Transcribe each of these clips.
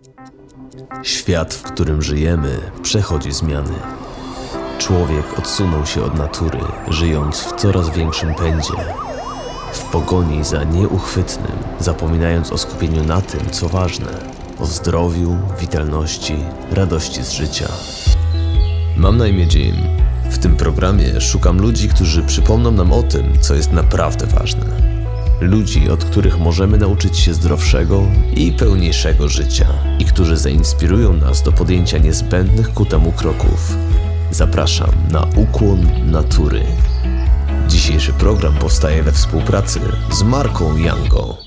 Świat, w którym żyjemy, przechodzi zmiany. Człowiek odsunął się od natury, żyjąc w coraz większym pędzie. W pogoni za nieuchwytnym, zapominając o skupieniu na tym, co ważne, o zdrowiu, witalności, radości z życia. Mam na imię Jim. W tym programie szukam ludzi, którzy przypomną nam o tym, co jest naprawdę ważne. Ludzi, od których możemy nauczyć się zdrowszego i pełniejszego życia i którzy zainspirują nas do podjęcia niezbędnych ku temu kroków. Zapraszam na Ukłon Natury. Dzisiejszy program powstaje we współpracy z marką Yango.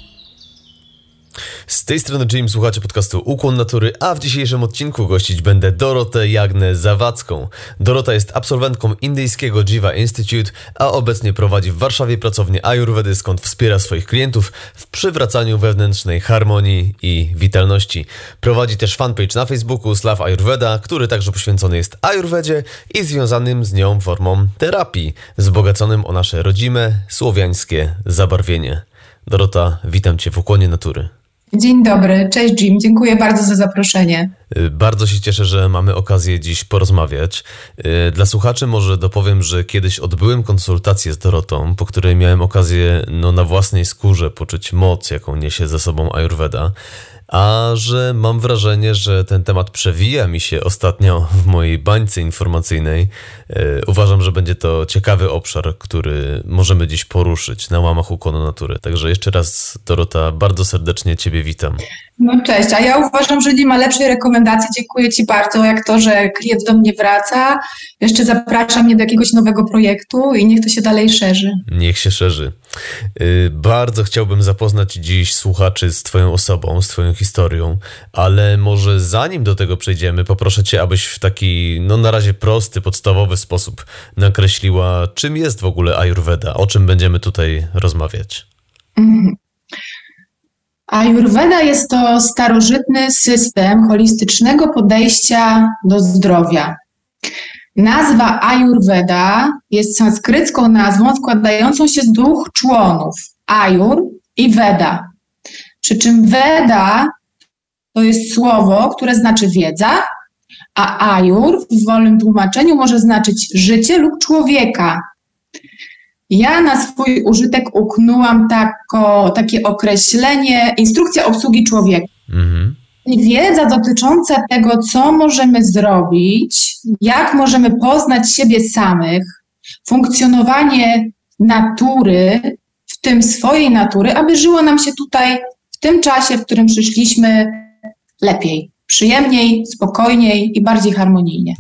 Z tej strony Jim, słuchacie podcastu Ukłon Natury, a w dzisiejszym odcinku gościć będę Dorotę Jagnę-Zawadzką. Dorota jest absolwentką indyjskiego Jiva Institute, a obecnie prowadzi w Warszawie pracownię Ayurvedy, skąd wspiera swoich klientów w przywracaniu wewnętrznej harmonii i witalności. Prowadzi też fanpage na Facebooku Slav Ayurveda, który także poświęcony jest Ayurvedzie i związanym z nią formom terapii, wzbogaconym o nasze rodzime, słowiańskie zabarwienie. Dorota, witam Cię w Ukłonie Natury. Dzień dobry, cześć Jim, dziękuję bardzo za zaproszenie. Bardzo się cieszę, że mamy okazję dziś porozmawiać. Dla słuchaczy może dopowiem, że kiedyś odbyłem konsultację z Dorotą, po której miałem okazję na własnej skórze poczuć moc, jaką niesie ze sobą Ayurveda, a że mam wrażenie, że ten temat przewija mi się ostatnio w mojej bańce informacyjnej. Uważam, że będzie to ciekawy obszar, który możemy dziś poruszyć na łamach Ukłonu Natury. Także jeszcze raz, Dorota, bardzo serdecznie Ciebie witam. No cześć, a ja uważam, że nie ma lepszej rekomendacji. Dziękuję Ci bardzo, jak to, że klient do mnie wraca. Jeszcze zaprasza mnie do jakiegoś nowego projektu i niech to się dalej szerzy. Niech się szerzy. Bardzo chciałbym zapoznać dziś słuchaczy z Twoją osobą, z Twoją historią, ale może zanim do tego przejdziemy, poproszę Cię, abyś w taki, na razie prosty, podstawowy sposób nakreśliła, czym jest w ogóle Ayurveda, o czym będziemy tutaj rozmawiać. Ayurveda jest to starożytny system holistycznego podejścia do zdrowia. Nazwa Ayurveda jest sanskrycką nazwą składającą się z dwóch członów, Ayur i Veda. Przy czym Veda to jest słowo, które znaczy wiedza, a Ayur w wolnym tłumaczeniu może znaczyć życie lub człowieka. Ja na swój użytek uknęłam takie określenie instrukcja obsługi człowieka. Wiedza dotycząca tego, co możemy zrobić, jak możemy poznać siebie samych, funkcjonowanie natury, w tym swojej natury, aby żyło nam się tutaj w tym czasie, w którym przyszliśmy, lepiej, przyjemniej, spokojniej i bardziej harmonijnie.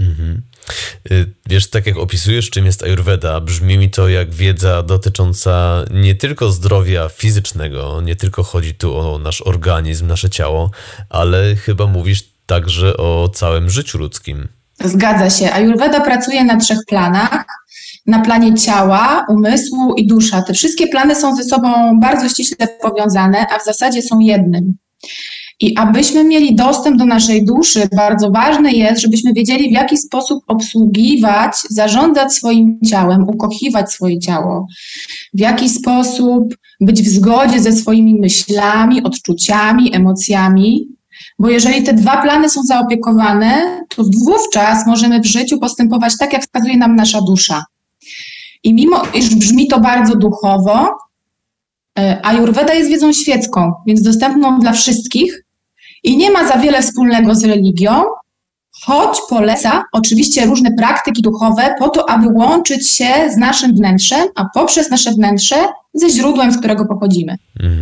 Wiesz, tak jak opisujesz, czym jest Ayurveda, brzmi mi to jak wiedza dotycząca nie tylko zdrowia fizycznego, nie tylko chodzi tu o nasz organizm, nasze ciało, ale chyba mówisz także o całym życiu ludzkim. Zgadza się. Ayurveda pracuje na 3 planach. Na planie ciała, umysłu i dusza. Te wszystkie plany są ze sobą bardzo ściśle powiązane, a w zasadzie są jednym. I abyśmy mieli dostęp do naszej duszy, bardzo ważne jest, żebyśmy wiedzieli, w jaki sposób obsługiwać, zarządzać swoim ciałem, ukochiwać swoje ciało, w jaki sposób być w zgodzie ze swoimi myślami, odczuciami, emocjami, bo jeżeli te 2 plany są zaopiekowane, to wówczas możemy w życiu postępować tak, jak wskazuje nam nasza dusza. I mimo iż brzmi to bardzo duchowo, Ayurveda jest wiedzą świecką, więc dostępną dla wszystkich i nie ma za wiele wspólnego z religią, choć poleca oczywiście różne praktyki duchowe po to, aby łączyć się z naszym wnętrzem, a poprzez nasze wnętrze ze źródłem, z którego pochodzimy.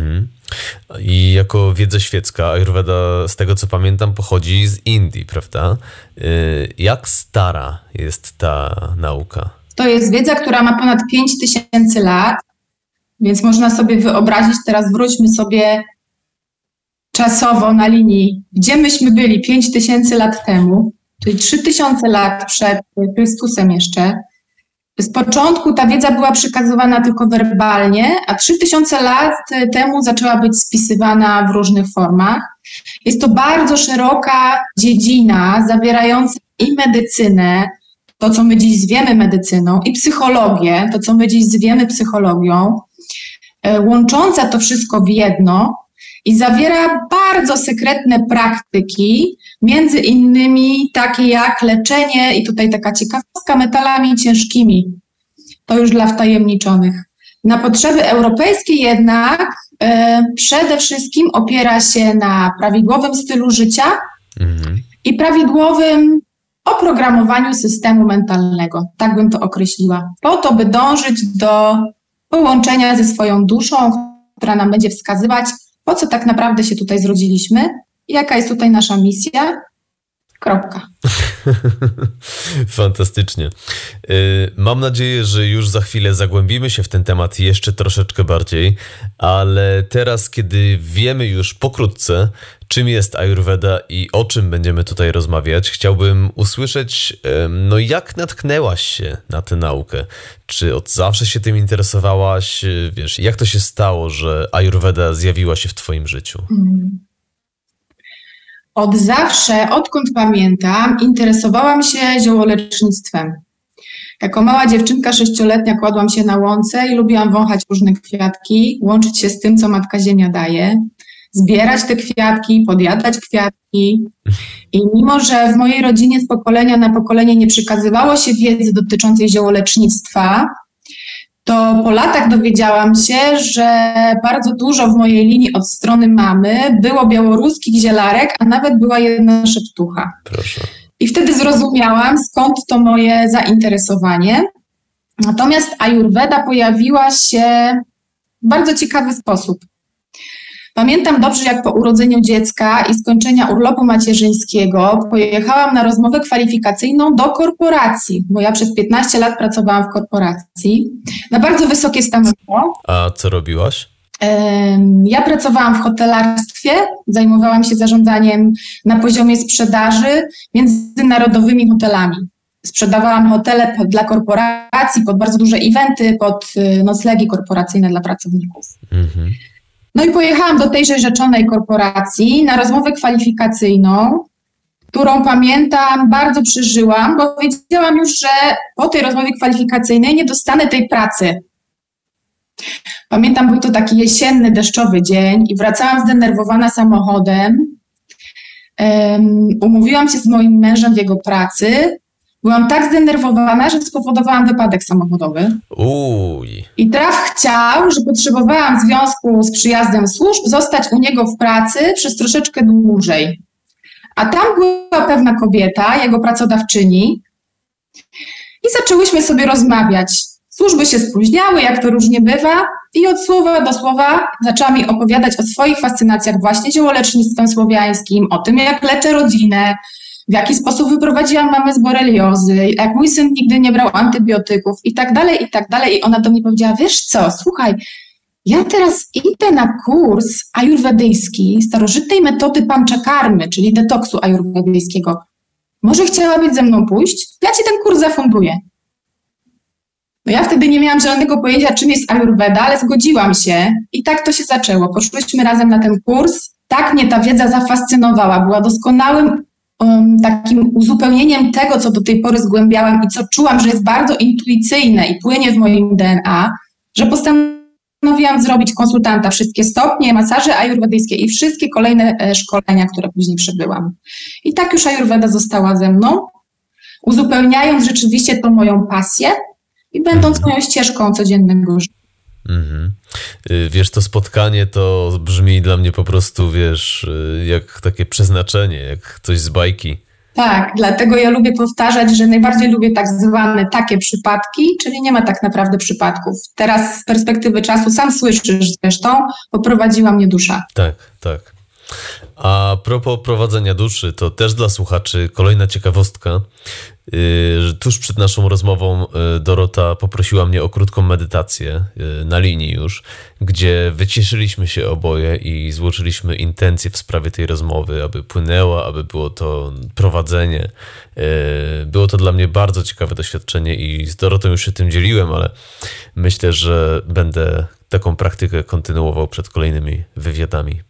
I jako wiedza świecka Ayurveda, z tego co pamiętam, pochodzi z Indii, prawda? Jak stara jest ta nauka? To jest wiedza, która ma ponad 5000 lat. Więc można sobie wyobrazić, teraz wróćmy sobie czasowo na linii, gdzie myśmy byli 5000 lat temu, czyli 3000 lat przed Chrystusem jeszcze. Z początku ta wiedza była przekazywana tylko werbalnie, a 3000 lat temu zaczęła być spisywana w różnych formach. Jest to bardzo szeroka dziedzina zawierająca i medycynę, to co my dziś zwiemy medycyną, i psychologię, to co my dziś zwiemy psychologią, łącząca to wszystko w jedno i zawiera bardzo sekretne praktyki, między innymi takie jak leczenie, i tutaj taka ciekawostka, metalami ciężkimi. To już dla wtajemniczonych. Na potrzeby europejskie jednak przede wszystkim opiera się na prawidłowym stylu życia i prawidłowym oprogramowaniu systemu mentalnego. Tak bym to określiła. Po to, by dążyć do połączenia ze swoją duszą, która nam będzie wskazywać, po co tak naprawdę się tutaj zrodziliśmy, jaka jest tutaj nasza misja. Kropka. Fantastycznie. Mam nadzieję, że już za chwilę zagłębimy się w ten temat jeszcze troszeczkę bardziej, ale teraz, kiedy wiemy już pokrótce, czym jest Ayurveda i o czym będziemy tutaj rozmawiać, chciałbym usłyszeć, jak natknęłaś się na tę naukę? Czy od zawsze się tym interesowałaś? Wiesz, jak to się stało, że Ayurveda zjawiła się w twoim życiu? Od zawsze, odkąd pamiętam, interesowałam się ziołolecznictwem. Jako mała dziewczynka 6-letnia kładłam się na łące i lubiłam wąchać różne kwiatki, łączyć się z tym, co Matka Ziemia daje, zbierać te kwiatki, podjadać kwiatki. I mimo, że w mojej rodzinie z pokolenia na pokolenie nie przekazywało się wiedzy dotyczącej ziołolecznictwa, to po latach dowiedziałam się, że bardzo dużo w mojej linii od strony mamy było białoruskich zielarek, a nawet była jedna szeptucha. Proszę. I wtedy zrozumiałam, skąd to moje zainteresowanie. Natomiast Ayurveda pojawiła się w bardzo ciekawy sposób. Pamiętam dobrze, jak po urodzeniu dziecka i skończenia urlopu macierzyńskiego pojechałam na rozmowę kwalifikacyjną do korporacji, bo ja przez 15 lat pracowałam w korporacji, na bardzo wysokie stanowisko. A co robiłaś? Ja pracowałam w hotelarstwie, zajmowałam się zarządzaniem na poziomie sprzedaży międzynarodowymi hotelami. Sprzedawałam hotele dla korporacji, pod bardzo duże eventy, pod noclegi korporacyjne dla pracowników. No i pojechałam do tejże rzeczonej korporacji na rozmowę kwalifikacyjną, którą pamiętam, bardzo przeżyłam, bo wiedziałam już, że po tej rozmowie kwalifikacyjnej nie dostanę tej pracy. Pamiętam, był to taki jesienny, deszczowy dzień i wracałam zdenerwowana samochodem. Umówiłam się z moim mężem w jego pracy. Byłam tak zdenerwowana, że spowodowałam wypadek samochodowy. I traf chciał, że potrzebowałam w związku z przyjazdem służb zostać u niego w pracy przez troszeczkę dłużej. A tam była pewna kobieta, jego pracodawczyni, i zaczęłyśmy sobie rozmawiać. Służby się spóźniały, jak to różnie bywa, i od słowa do słowa zaczęła mi opowiadać o swoich fascynacjach właśnie ziołolecznictwem słowiańskim, o tym, jak leczę rodzinę, w jaki sposób wyprowadziłam mamę z boreliozy, jak mój syn nigdy nie brał antybiotyków i tak dalej, i tak dalej. I ona do mnie powiedziała, wiesz co, słuchaj, ja teraz idę na kurs ajurwedyjski, starożytnej metody panchakarmy, czyli detoksu ajurwedyjskiego. Może chciałabyś ze mną pójść? Ja ci ten kurs zafunduję. No ja wtedy nie miałam żadnego pojęcia, czym jest Ayurveda, ale zgodziłam się i tak to się zaczęło. Poszłyśmy razem na ten kurs. Tak mnie ta wiedza zafascynowała. Była doskonałym takim uzupełnieniem tego, co do tej pory zgłębiałam i co czułam, że jest bardzo intuicyjne i płynie w moim DNA, że postanowiłam zrobić konsultanta, wszystkie stopnie, masaże ajurwedyjskie i wszystkie kolejne szkolenia, które później przebyłam. I tak już Ayurveda została ze mną, uzupełniając rzeczywiście tą moją pasję i będąc moją ścieżką codziennego życia. Wiesz, to spotkanie to brzmi dla mnie po prostu, wiesz, jak takie przeznaczenie, jak coś z bajki. Tak, dlatego ja lubię powtarzać, że najbardziej lubię tak zwane takie przypadki, czyli nie ma tak naprawdę przypadków. Teraz z perspektywy czasu, sam słyszysz zresztą, poprowadziła mnie dusza. Tak, tak. A propos prowadzenia duszy, to też dla słuchaczy kolejna ciekawostka. Tuż przed naszą rozmową Dorota poprosiła mnie o krótką medytację na linii już, gdzie wyciszyliśmy się oboje i złożyliśmy intencje w sprawie tej rozmowy, aby płynęła, aby było to prowadzenie. Było to dla mnie bardzo ciekawe doświadczenie i z Dorotą już się tym dzieliłem, ale myślę, że będę taką praktykę kontynuował przed kolejnymi wywiadami.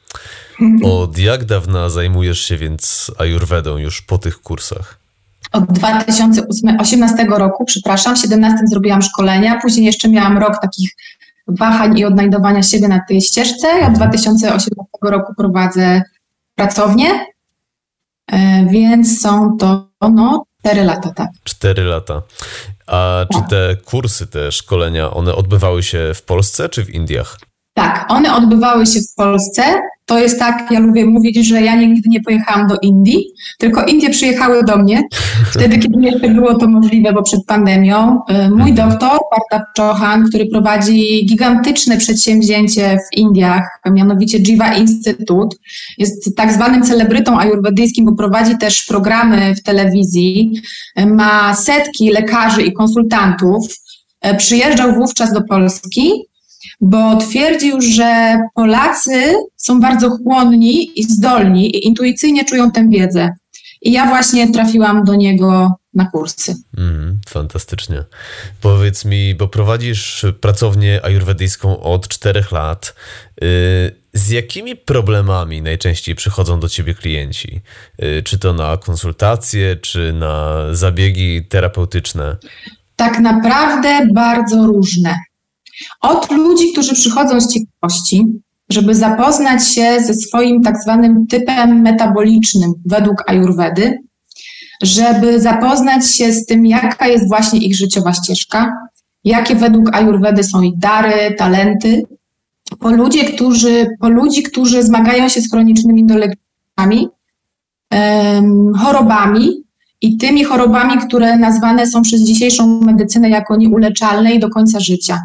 Od jak dawna zajmujesz się więc Ayurvedą już po tych kursach? Od 2018 roku, 17 zrobiłam szkolenia, później jeszcze miałam rok takich wahań i odnajdowania siebie na tej ścieżce. Ja od 2018 roku prowadzę pracownię, więc są to 4 lata, tak. 4 lata. A czy te kursy, te szkolenia, one odbywały się w Polsce czy w Indiach? Tak, one odbywały się w Polsce. To jest tak, ja lubię mówić, że ja nigdy nie pojechałam do Indii, tylko Indie przyjechały do mnie. Wtedy, kiedy jeszcze było to możliwe, bo przed pandemią. Mój doktor, Partha Chauhan, który prowadzi gigantyczne przedsięwzięcie w Indiach, mianowicie Jiva Institute, jest tak zwanym celebrytą ajurwedyjskim, bo prowadzi też programy w telewizji, ma setki lekarzy i konsultantów. Przyjeżdżał wówczas do Polski, bo twierdził, że Polacy są bardzo chłonni i zdolni i intuicyjnie czują tę wiedzę. I ja właśnie trafiłam do niego na kursy. Fantastycznie. Powiedz mi, bo prowadzisz pracownię ajurwedyjską od 4 lat. Z jakimi problemami najczęściej przychodzą do ciebie klienci? Czy to na konsultacje, czy na zabiegi terapeutyczne? Tak naprawdę bardzo różne. Od ludzi, którzy przychodzą z ciekawości, żeby zapoznać się ze swoim tak zwanym typem metabolicznym według ajurwedy, żeby zapoznać się z tym, jaka jest właśnie ich życiowa ścieżka, jakie według ajurwedy są ich dary, talenty, po ludzi, którzy zmagają się z chronicznymi dolegliwościami, chorobami i tymi chorobami, które nazwane są przez dzisiejszą medycynę jako nieuleczalne i do końca życia.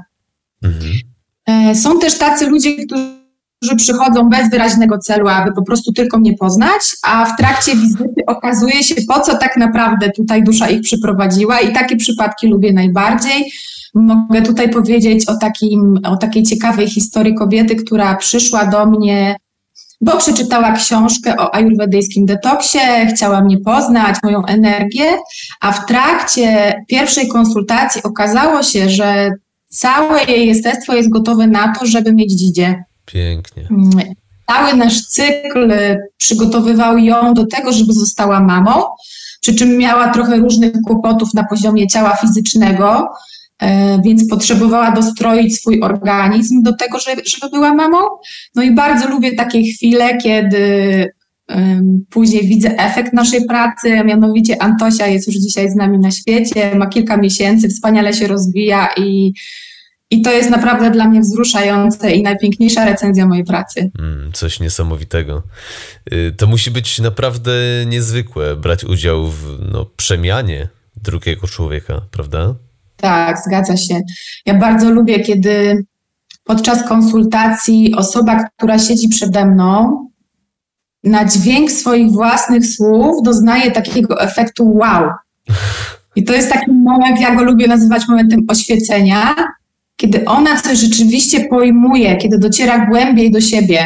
Są też tacy ludzie, którzy przychodzą bez wyraźnego celu, aby po prostu tylko mnie poznać, a w trakcie wizyty okazuje się, po co tak naprawdę tutaj dusza ich przyprowadziła i takie przypadki lubię najbardziej. Mogę tutaj powiedzieć o takiej ciekawej historii kobiety, która przyszła do mnie, bo przeczytała książkę o ajurwedyjskim detoksie, chciała mnie poznać, moją energię, a w trakcie pierwszej konsultacji okazało się, że całe jej jestestwo jest gotowe na to, żeby mieć dzidzie. Pięknie. Cały nasz cykl przygotowywał ją do tego, żeby została mamą, przy czym miała trochę różnych kłopotów na poziomie ciała fizycznego, więc potrzebowała dostroić swój organizm do tego, żeby była mamą. No i bardzo lubię takie chwile, kiedy później widzę efekt naszej pracy, a mianowicie Antosia jest już dzisiaj z nami na świecie, ma kilka miesięcy, wspaniale się rozwija i to jest naprawdę dla mnie wzruszające i najpiękniejsza recenzja mojej pracy. Coś niesamowitego. To musi być naprawdę niezwykłe brać udział w przemianie drugiego człowieka, prawda? Tak, zgadza się. Ja bardzo lubię, kiedy podczas konsultacji osoba, która siedzi przede mną, na dźwięk swoich własnych słów doznaje takiego efektu wow. I to jest taki moment, ja go lubię nazywać momentem oświecenia, kiedy ona coś rzeczywiście pojmuje, kiedy dociera głębiej do siebie.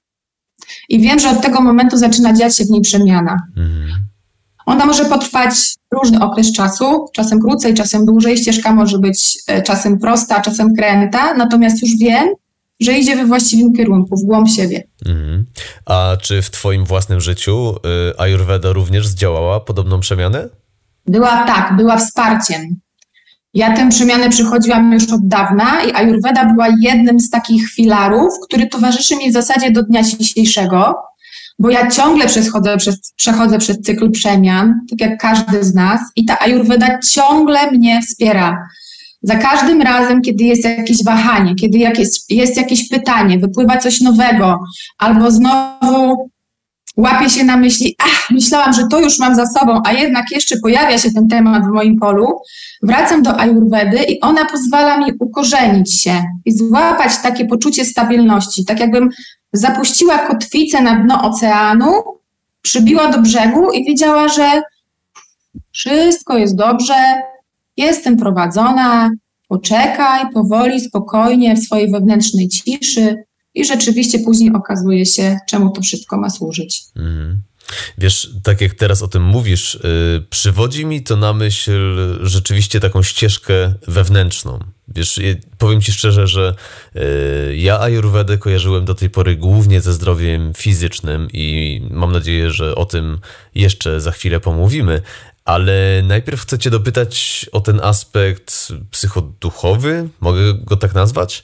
I wiem, że od tego momentu zaczyna dziać się w niej przemiana. Ona może potrwać różny okres czasu, czasem krócej, czasem dłużej. Ścieżka może być czasem prosta, czasem kręta, natomiast już wiem, że idzie we właściwym kierunku, w głąb siebie. A czy w twoim własnym życiu ajurweda również zdziałała podobną przemianę? Była wsparciem. Ja tę przemianę przychodziłam już od dawna i ajurweda była jednym z takich filarów, który towarzyszy mi w zasadzie do dnia dzisiejszego, bo ja ciągle przechodzę przez cykl przemian, tak jak każdy z nas, i ta ajurweda ciągle mnie wspiera. Za każdym razem, kiedy jest jakieś wahanie, kiedy jest jakieś pytanie, wypływa coś nowego, albo znowu łapię się na myśli, myślałam, że to już mam za sobą, a jednak jeszcze pojawia się ten temat w moim polu, wracam do ajurwedy i ona pozwala mi ukorzenić się i złapać takie poczucie stabilności, tak jakbym zapuściła kotwicę na dno oceanu, przybiła do brzegu i wiedziała, że wszystko jest dobrze, jestem prowadzona, poczekaj, powoli, spokojnie, w swojej wewnętrznej ciszy i rzeczywiście później okazuje się, czemu to wszystko ma służyć. Wiesz, tak jak teraz o tym mówisz, przywodzi mi to na myśl rzeczywiście taką ścieżkę wewnętrzną. Wiesz, powiem ci szczerze, że ja ajurwedę kojarzyłem do tej pory głównie ze zdrowiem fizycznym i mam nadzieję, że o tym jeszcze za chwilę pomówimy, Ale najpierw chcę cię dopytać o ten aspekt psychoduchowy, mogę go tak nazwać?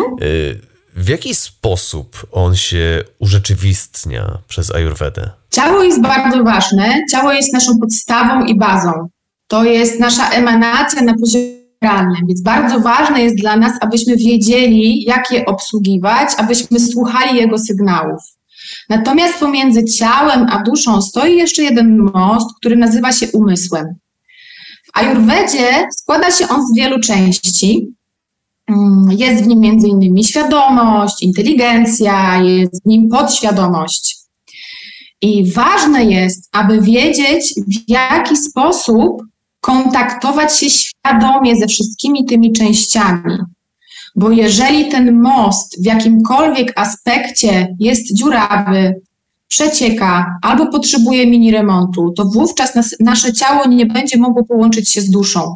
W jaki sposób on się urzeczywistnia przez Ajurwedę? Ciało jest bardzo ważne. Ciało jest naszą podstawą i bazą. To jest nasza emanacja na poziomie realnym, więc bardzo ważne jest dla nas, abyśmy wiedzieli, jak je obsługiwać, abyśmy słuchali jego sygnałów. Natomiast pomiędzy ciałem a duszą stoi jeszcze jeden most, który nazywa się umysłem. W Ajurwedzie składa się on z wielu części. Jest w nim m.in. świadomość, inteligencja, jest w nim podświadomość. I ważne jest, aby wiedzieć, w jaki sposób kontaktować się świadomie ze wszystkimi tymi częściami. Bo jeżeli ten most w jakimkolwiek aspekcie jest dziurawy, przecieka albo potrzebuje mini remontu, to wówczas nasze ciało nie będzie mogło połączyć się z duszą.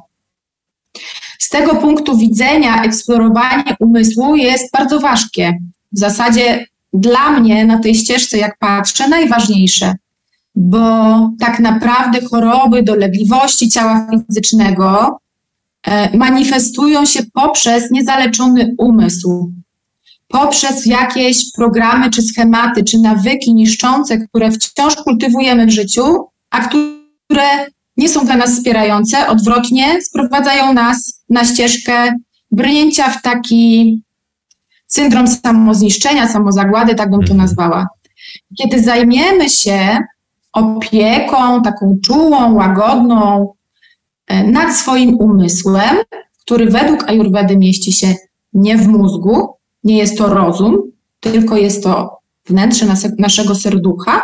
Z tego punktu widzenia eksplorowanie umysłu jest bardzo ważkie. W zasadzie dla mnie na tej ścieżce, jak patrzę, najważniejsze, bo tak naprawdę choroby, dolegliwości ciała fizycznego manifestują się poprzez niezaleczony umysł, poprzez jakieś programy, czy schematy, czy nawyki niszczące, które wciąż kultywujemy w życiu, a które nie są dla nas wspierające, odwrotnie sprowadzają nas na ścieżkę brnięcia w taki syndrom samozniszczenia, samozagłady, tak bym to nazwała. Kiedy zajmiemy się opieką taką czułą, łagodną nad swoim umysłem, który według Ajurwedy mieści się nie w mózgu, nie jest to rozum, tylko jest to wnętrze naszego serducha,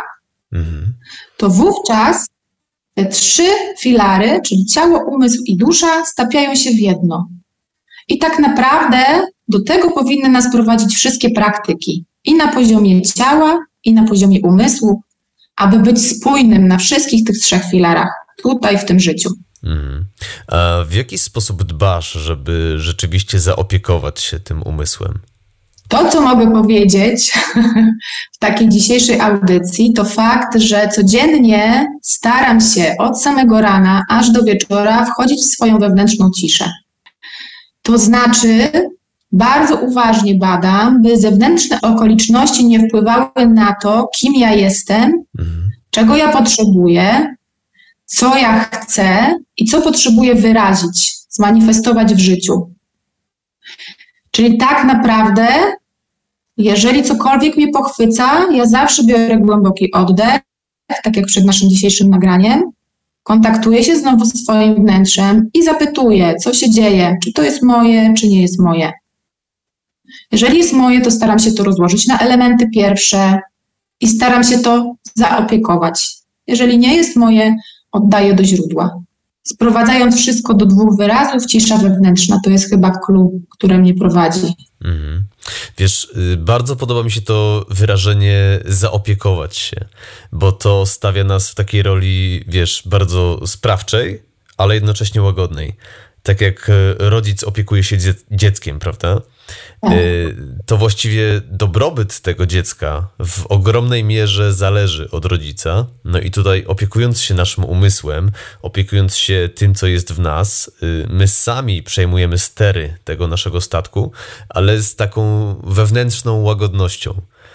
to wówczas te 3 filary, czyli ciało, umysł i dusza, stapiają się w jedno. I tak naprawdę do tego powinny nas prowadzić wszystkie praktyki. I na poziomie ciała, i na poziomie umysłu, aby być spójnym na wszystkich tych 3 filarach, tutaj w tym życiu. A w jaki sposób dbasz, żeby rzeczywiście zaopiekować się tym umysłem? To, co mogę powiedzieć w takiej dzisiejszej audycji, to fakt, że codziennie staram się od samego rana aż do wieczora wchodzić w swoją wewnętrzną ciszę. To znaczy, bardzo uważnie badam, by zewnętrzne okoliczności nie wpływały na to, kim ja jestem, czego ja potrzebuję, co ja chcę i co potrzebuję wyrazić, zmanifestować w życiu. Czyli tak naprawdę, jeżeli cokolwiek mnie pochwyca, ja zawsze biorę głęboki oddech, tak jak przed naszym dzisiejszym nagraniem, kontaktuję się znowu ze swoim wnętrzem i zapytuję, co się dzieje, czy to jest moje, czy nie jest moje. Jeżeli jest moje, to staram się to rozłożyć na elementy pierwsze i staram się to zaopiekować. Jeżeli nie jest moje, oddaję do źródła. Sprowadzając wszystko do 2 wyrazów, cisza wewnętrzna, to jest chyba clue, które mnie prowadzi. Wiesz, bardzo podoba mi się to wyrażenie zaopiekować się, bo to stawia nas w takiej roli, wiesz, bardzo sprawczej, ale jednocześnie łagodnej. Tak jak rodzic opiekuje się dzieckiem, prawda? To właściwie dobrobyt tego dziecka w ogromnej mierze zależy od rodzica. No i tutaj opiekując się naszym umysłem, opiekując się tym, co jest w nas, my sami przejmujemy stery tego naszego statku, ale z taką wewnętrzną łagodnością.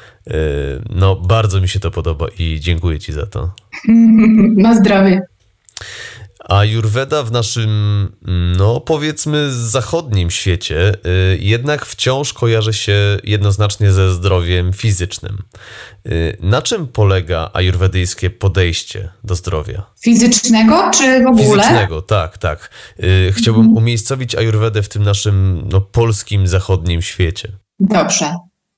No, bardzo mi się to podoba i dziękuję ci za to. Na zdrowie. Ajurweda w naszym, no powiedzmy, zachodnim świecie jednak wciąż kojarzy się jednoznacznie ze zdrowiem fizycznym. Na czym polega ajurwedyjskie podejście do zdrowia? Fizycznego czy w ogóle? Fizycznego, tak. Chciałbym umiejscowić ajurwedę w tym naszym polskim, zachodnim świecie. Dobrze.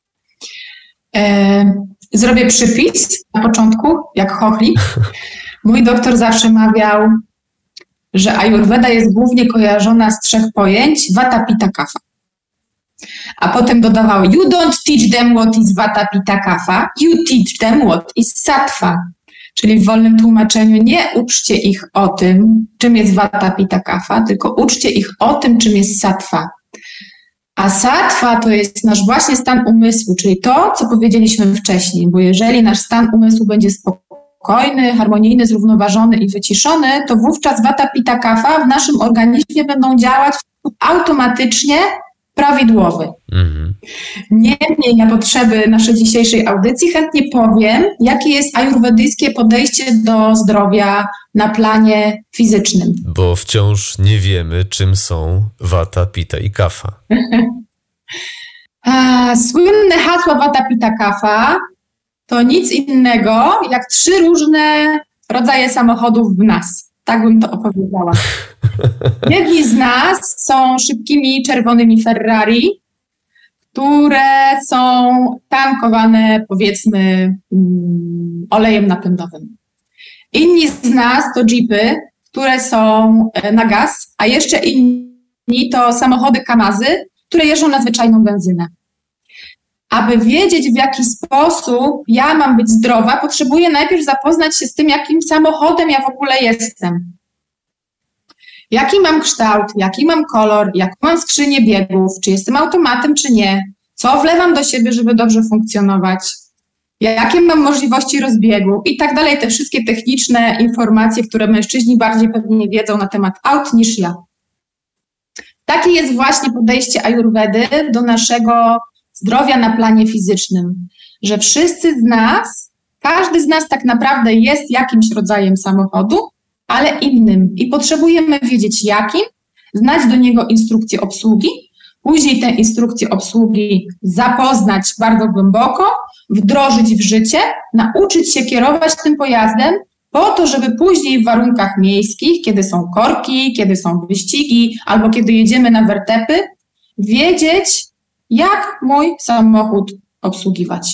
Zrobię przypis na początku, jak chochlik. Mój doktor zawsze mawiał, że ajurweda jest głównie kojarzona z 3 pojęć Vata, Pitta, Kapha. A potem dodawał, you don't teach them what is Vata, Pitta, Kapha, you teach them what is Sattva. Czyli w wolnym tłumaczeniu nie uczcie ich o tym, czym jest Vata, Pitta, Kapha, tylko uczcie ich o tym, czym jest Sattva. A Sattva to jest nasz właśnie stan umysłu, czyli to, co powiedzieliśmy wcześniej, bo jeżeli nasz stan umysłu będzie spokojny, spokojny, harmonijny, zrównoważony i wyciszony, to wówczas Vata, Pitta, Kapha w naszym organizmie będą działać w sposób automatycznie prawidłowy. Niemniej na potrzeby naszej dzisiejszej audycji chętnie powiem, jakie jest ajurwedyjskie podejście do zdrowia na planie fizycznym. Bo wciąż nie wiemy, czym są Vata, Pitta i Kapha. Słynne hasło Vata, Pitta, Kapha to nic innego jak 3 różne rodzaje samochodów w nas. Tak bym to opowiedziała. Jedni z nas są szybkimi czerwonymi Ferrari, które są tankowane, powiedzmy, olejem napędowym. Inni z nas to jeepy, które są na gaz, a jeszcze inni to samochody Kamazy, które jeżdżą na zwyczajną benzynę. Aby wiedzieć, w jaki sposób ja mam być zdrowa, potrzebuję najpierw zapoznać się z tym, jakim samochodem ja w ogóle jestem. Jaki mam kształt, jaki mam kolor, jaką mam skrzynię biegów, czy jestem automatem, czy nie, co wlewam do siebie, żeby dobrze funkcjonować, jakie mam możliwości rozbiegu i tak dalej. Te wszystkie techniczne informacje, które mężczyźni bardziej pewnie wiedzą na temat aut niż ja. Takie jest właśnie podejście ajurwedy do naszego zdrowia na planie fizycznym, że wszyscy z nas, każdy z nas tak naprawdę jest jakimś rodzajem samochodu, ale innym i potrzebujemy wiedzieć jakim, znać do niego instrukcję obsługi, później tę instrukcję obsługi zapoznać bardzo głęboko, wdrożyć w życie, nauczyć się kierować tym pojazdem po to, żeby później w warunkach miejskich, kiedy są korki, kiedy są wyścigi albo kiedy jedziemy na wertepy, wiedzieć, jak mój samochód obsługiwać.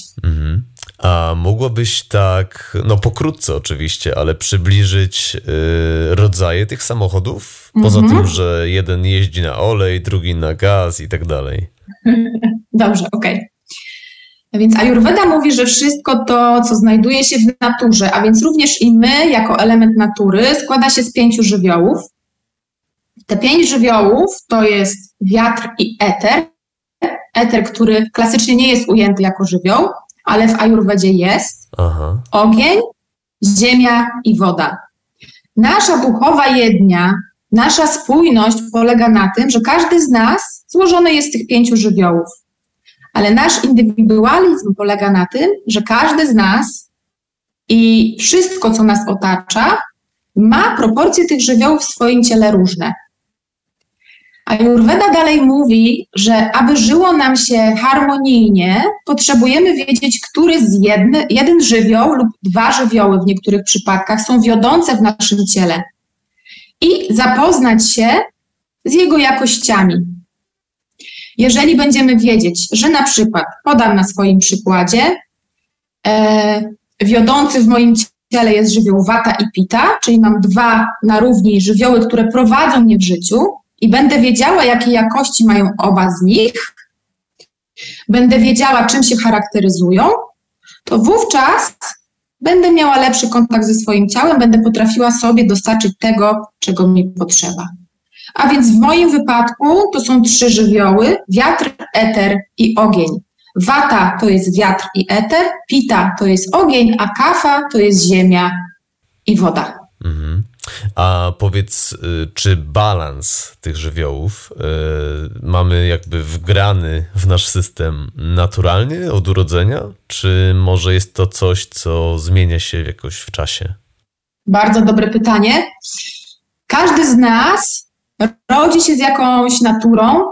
A mogłabyś tak, no pokrótce oczywiście, ale przybliżyć rodzaje tych samochodów? Poza tym, że jeden jeździ na olej, drugi na gaz i tak dalej. Dobrze, okej. Więc Ajurweda mówi, że wszystko to, co znajduje się w naturze, a więc również i my, jako element natury, składa się z 5 żywiołów. Te 5 żywiołów to jest wiatr i eter. Eter, który klasycznie nie jest ujęty jako żywioł, ale w Ajurwedzie jest. Ogień, ziemia i woda. Nasza duchowa jednia, nasza spójność polega na tym, że każdy z nas złożony jest z tych 5 żywiołów. Ale nasz indywidualizm polega na tym, że każdy z nas i wszystko, co nas otacza, ma proporcje tych żywiołów w swoim ciele różne. Ajurweda dalej mówi, że aby żyło nam się harmonijnie, potrzebujemy wiedzieć, który z jeden żywioł lub 2 żywioły w niektórych przypadkach są wiodące w naszym ciele i zapoznać się z jego jakościami. Jeżeli będziemy wiedzieć, że na przykład, podam na swoim przykładzie, wiodący w moim ciele jest żywioł Vata i Pitta, czyli mam 2 na równi żywioły, które prowadzą mnie w życiu, i będę wiedziała, jakie jakości mają oba z nich, będę wiedziała, czym się charakteryzują, to wówczas będę miała lepszy kontakt ze swoim ciałem, będę potrafiła sobie dostarczyć tego, czego mi potrzeba. A więc w moim wypadku to są 3 żywioły, wiatr, eter i ogień. Vata to jest wiatr i eter, Pitta to jest ogień, a Kapha to jest ziemia i woda. A powiedz, czy balans tych żywiołów mamy jakby wgrany w nasz system naturalnie od urodzenia, czy może jest to coś, co zmienia się jakoś w czasie? Bardzo dobre pytanie. Każdy z nas rodzi się z jakąś naturą.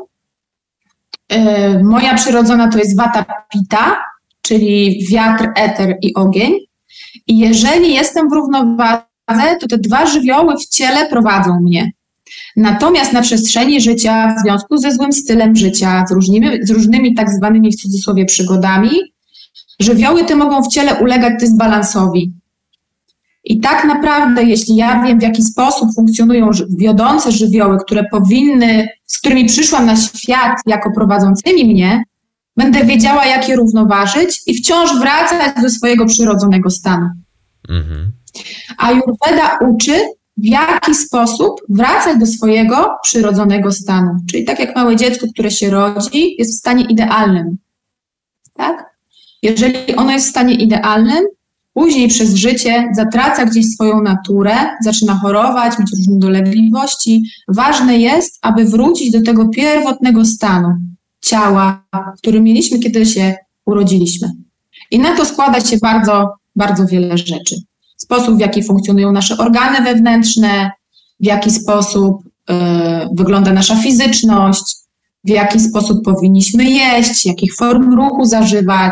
Moja przyrodzona to jest Vata Pitta, czyli wiatr, eter i ogień. I jeżeli jestem w równowadze, to te 2 żywioły w ciele prowadzą mnie. Natomiast na przestrzeni życia, w związku ze złym stylem życia, z różnymi tak zwanymi w cudzysłowie przygodami, żywioły te mogą w ciele ulegać dysbalansowi. I tak naprawdę, jeśli ja wiem, w jaki sposób funkcjonują wiodące żywioły, z którymi przyszłam na świat jako prowadzącymi mnie, będę wiedziała, jak je równoważyć i wciąż wracać do swojego przyrodzonego stanu. Ajurweda uczy, w jaki sposób wracać do swojego przyrodzonego stanu. Czyli tak jak małe dziecko, które się rodzi, jest w stanie idealnym. Tak? Jeżeli ono jest w stanie idealnym, później przez życie zatraca gdzieś swoją naturę, zaczyna chorować, mieć różne dolegliwości. Ważne jest, aby wrócić do tego pierwotnego stanu ciała, który mieliśmy, kiedy się urodziliśmy. I na to składa się bardzo, bardzo wiele rzeczy. Sposób, w jaki funkcjonują nasze organy wewnętrzne, w jaki sposób wygląda nasza fizyczność, w jaki sposób powinniśmy jeść, jakich form ruchu zażywać,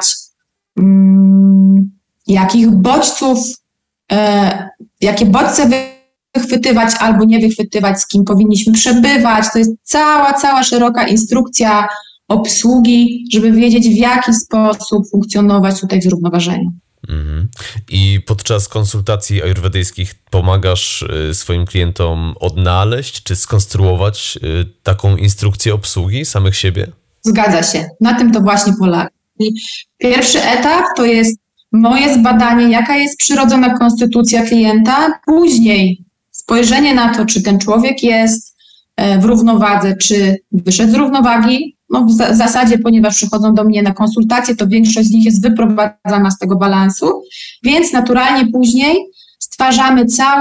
jakich bodźców, jakie bodźce wychwytywać albo nie wychwytywać, z kim powinniśmy przebywać. To jest cała szeroka instrukcja obsługi, żeby wiedzieć, w jaki sposób funkcjonować tutaj w zrównoważeniu. I podczas konsultacji ajurwedyjskich pomagasz swoim klientom odnaleźć czy skonstruować taką instrukcję obsługi samych siebie? Zgadza się. Na tym to właśnie polega. Pierwszy etap to jest moje zbadanie, jaka jest przyrodzona konstytucja klienta. Później spojrzenie na to, czy ten człowiek jest w równowadze, czy wyszedł z równowagi. No w zasadzie, ponieważ przychodzą do mnie na konsultacje, to większość z nich jest wyprowadzana z tego balansu, więc naturalnie później stwarzamy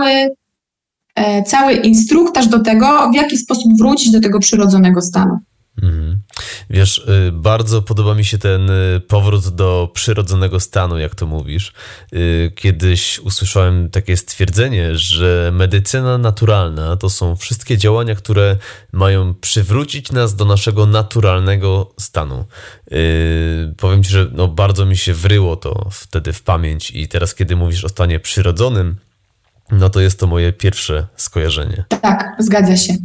cały instruktaż do tego, w jaki sposób wrócić do tego przyrodzonego stanu. Wiesz, bardzo podoba mi się ten powrót do przyrodzonego stanu, jak to mówisz. Kiedyś usłyszałem takie stwierdzenie, że medycyna naturalna to są wszystkie działania, które mają przywrócić nas do naszego naturalnego stanu. Powiem ci, że bardzo mi się wryło to wtedy w pamięć i teraz, kiedy mówisz o stanie przyrodzonym, no to jest to moje pierwsze skojarzenie. Tak, zgadza się.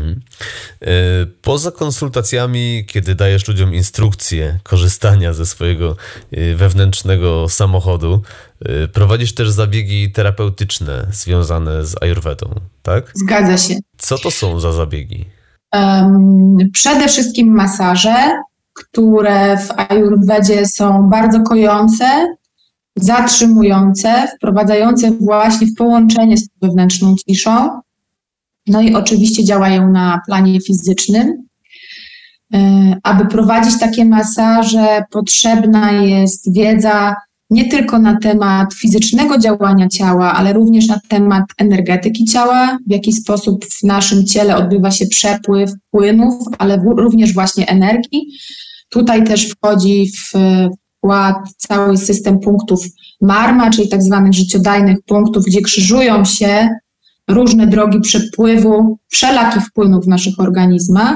Poza konsultacjami, kiedy dajesz ludziom instrukcje korzystania ze swojego wewnętrznego samochodu, prowadzisz też zabiegi terapeutyczne związane z ajurwedą, tak? Zgadza się. Co to są za zabiegi? Przede wszystkim masaże, które w ajurwedzie są bardzo kojące, zatrzymujące, wprowadzające właśnie w połączenie z wewnętrzną ciszą. No i oczywiście działają na planie fizycznym. Aby prowadzić takie masaże, potrzebna jest wiedza nie tylko na temat fizycznego działania ciała, ale również na temat energetyki ciała, w jaki sposób w naszym ciele odbywa się przepływ płynów, ale również właśnie energii. Tutaj też wchodzi w wkład cały system punktów Marma, czyli tak zwanych życiodajnych punktów, gdzie krzyżują się różne drogi przepływu wszelakich płynów w naszych organizmach.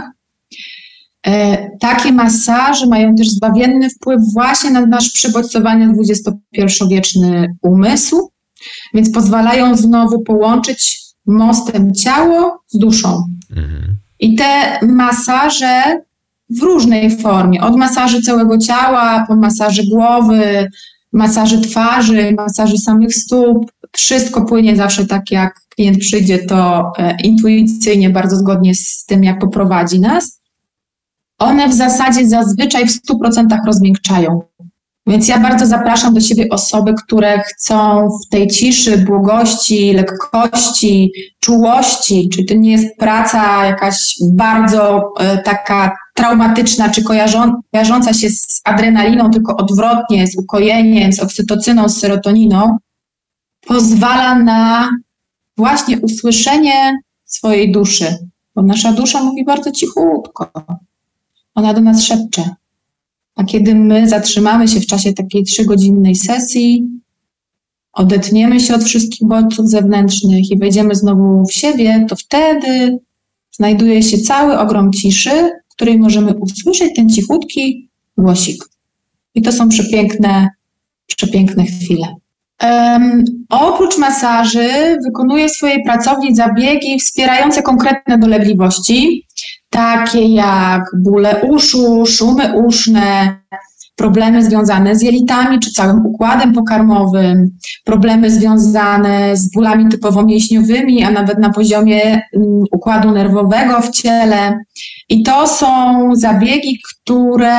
Takie masaże mają też zbawienny wpływ właśnie na nasz przebodźcowany XXI-wieczny umysł, więc pozwalają znowu połączyć mostem ciało z duszą. I te masaże w różnej formie, od masaży całego ciała, po masaży głowy, masaży twarzy, masaży samych stóp, wszystko płynie zawsze tak, jak klient przyjdzie, to intuicyjnie, bardzo zgodnie z tym, jak poprowadzi nas. One w zasadzie zazwyczaj w 100% rozmiękczają. Więc ja bardzo zapraszam do siebie osoby, które chcą w tej ciszy, błogości, lekkości, czułości, czy to nie jest praca jakaś bardzo taka traumatyczna, czy kojarząca się z adrenaliną, tylko odwrotnie, z ukojeniem, z oksytocyną, z serotoniną, pozwala na właśnie usłyszenie swojej duszy, bo nasza dusza mówi bardzo cichutko. Ona do nas szepcze. A kiedy my zatrzymamy się w czasie takiej 3-godzinnej sesji, odetniemy się od wszystkich bodźców zewnętrznych i wejdziemy znowu w siebie, to wtedy znajduje się cały ogrom ciszy, w której możemy usłyszeć ten cichutki głosik. I to są przepiękne chwile. Oprócz masaży wykonuję w swojej pracowni zabiegi wspierające konkretne dolegliwości, takie jak bóle uszu, szumy uszne, problemy związane z jelitami czy całym układem pokarmowym, problemy związane z bólami typowo mięśniowymi, a nawet na poziomie układu nerwowego w ciele. I to są zabiegi, które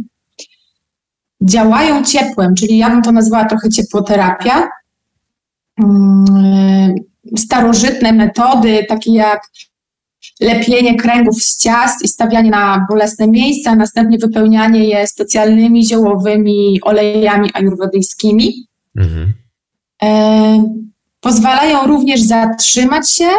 działają ciepłem, czyli ja bym to nazwała trochę ciepłoterapia. Starożytne metody, takie jak lepienie kręgów z ciast i stawianie na bolesne miejsca, a następnie wypełnianie je specjalnymi ziołowymi olejami ajurwedyjskimi. pozwalają również zatrzymać się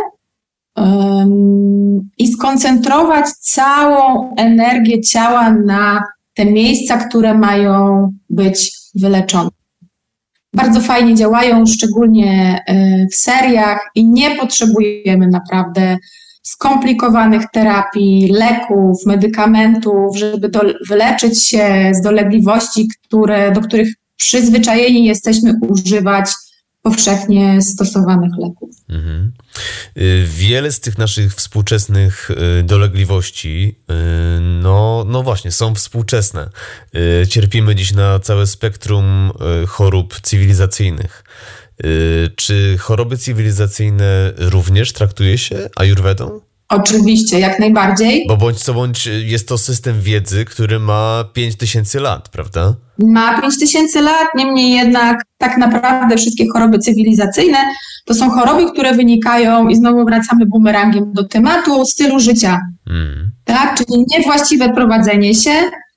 i skoncentrować całą energię ciała na te miejsca, które mają być wyleczone. Bardzo fajnie działają, szczególnie w seriach i nie potrzebujemy naprawdę skomplikowanych terapii, leków, medykamentów, żeby wyleczyć się z dolegliwości, do których przyzwyczajeni jesteśmy używać powszechnie stosowanych leków. Mhm. Wiele z tych naszych współczesnych dolegliwości, no właśnie, są współczesne. Cierpimy dziś na całe spektrum chorób cywilizacyjnych. Czy choroby cywilizacyjne również traktuje się ajurwedą? Oczywiście, jak najbardziej. Bo bądź co bądź jest to system wiedzy, który ma 5000 lat, prawda? Ma 5000 lat, niemniej jednak tak naprawdę wszystkie choroby cywilizacyjne to są choroby, które wynikają, i znowu wracamy bumerangiem do tematu, stylu życia. Tak? Czyli niewłaściwe prowadzenie się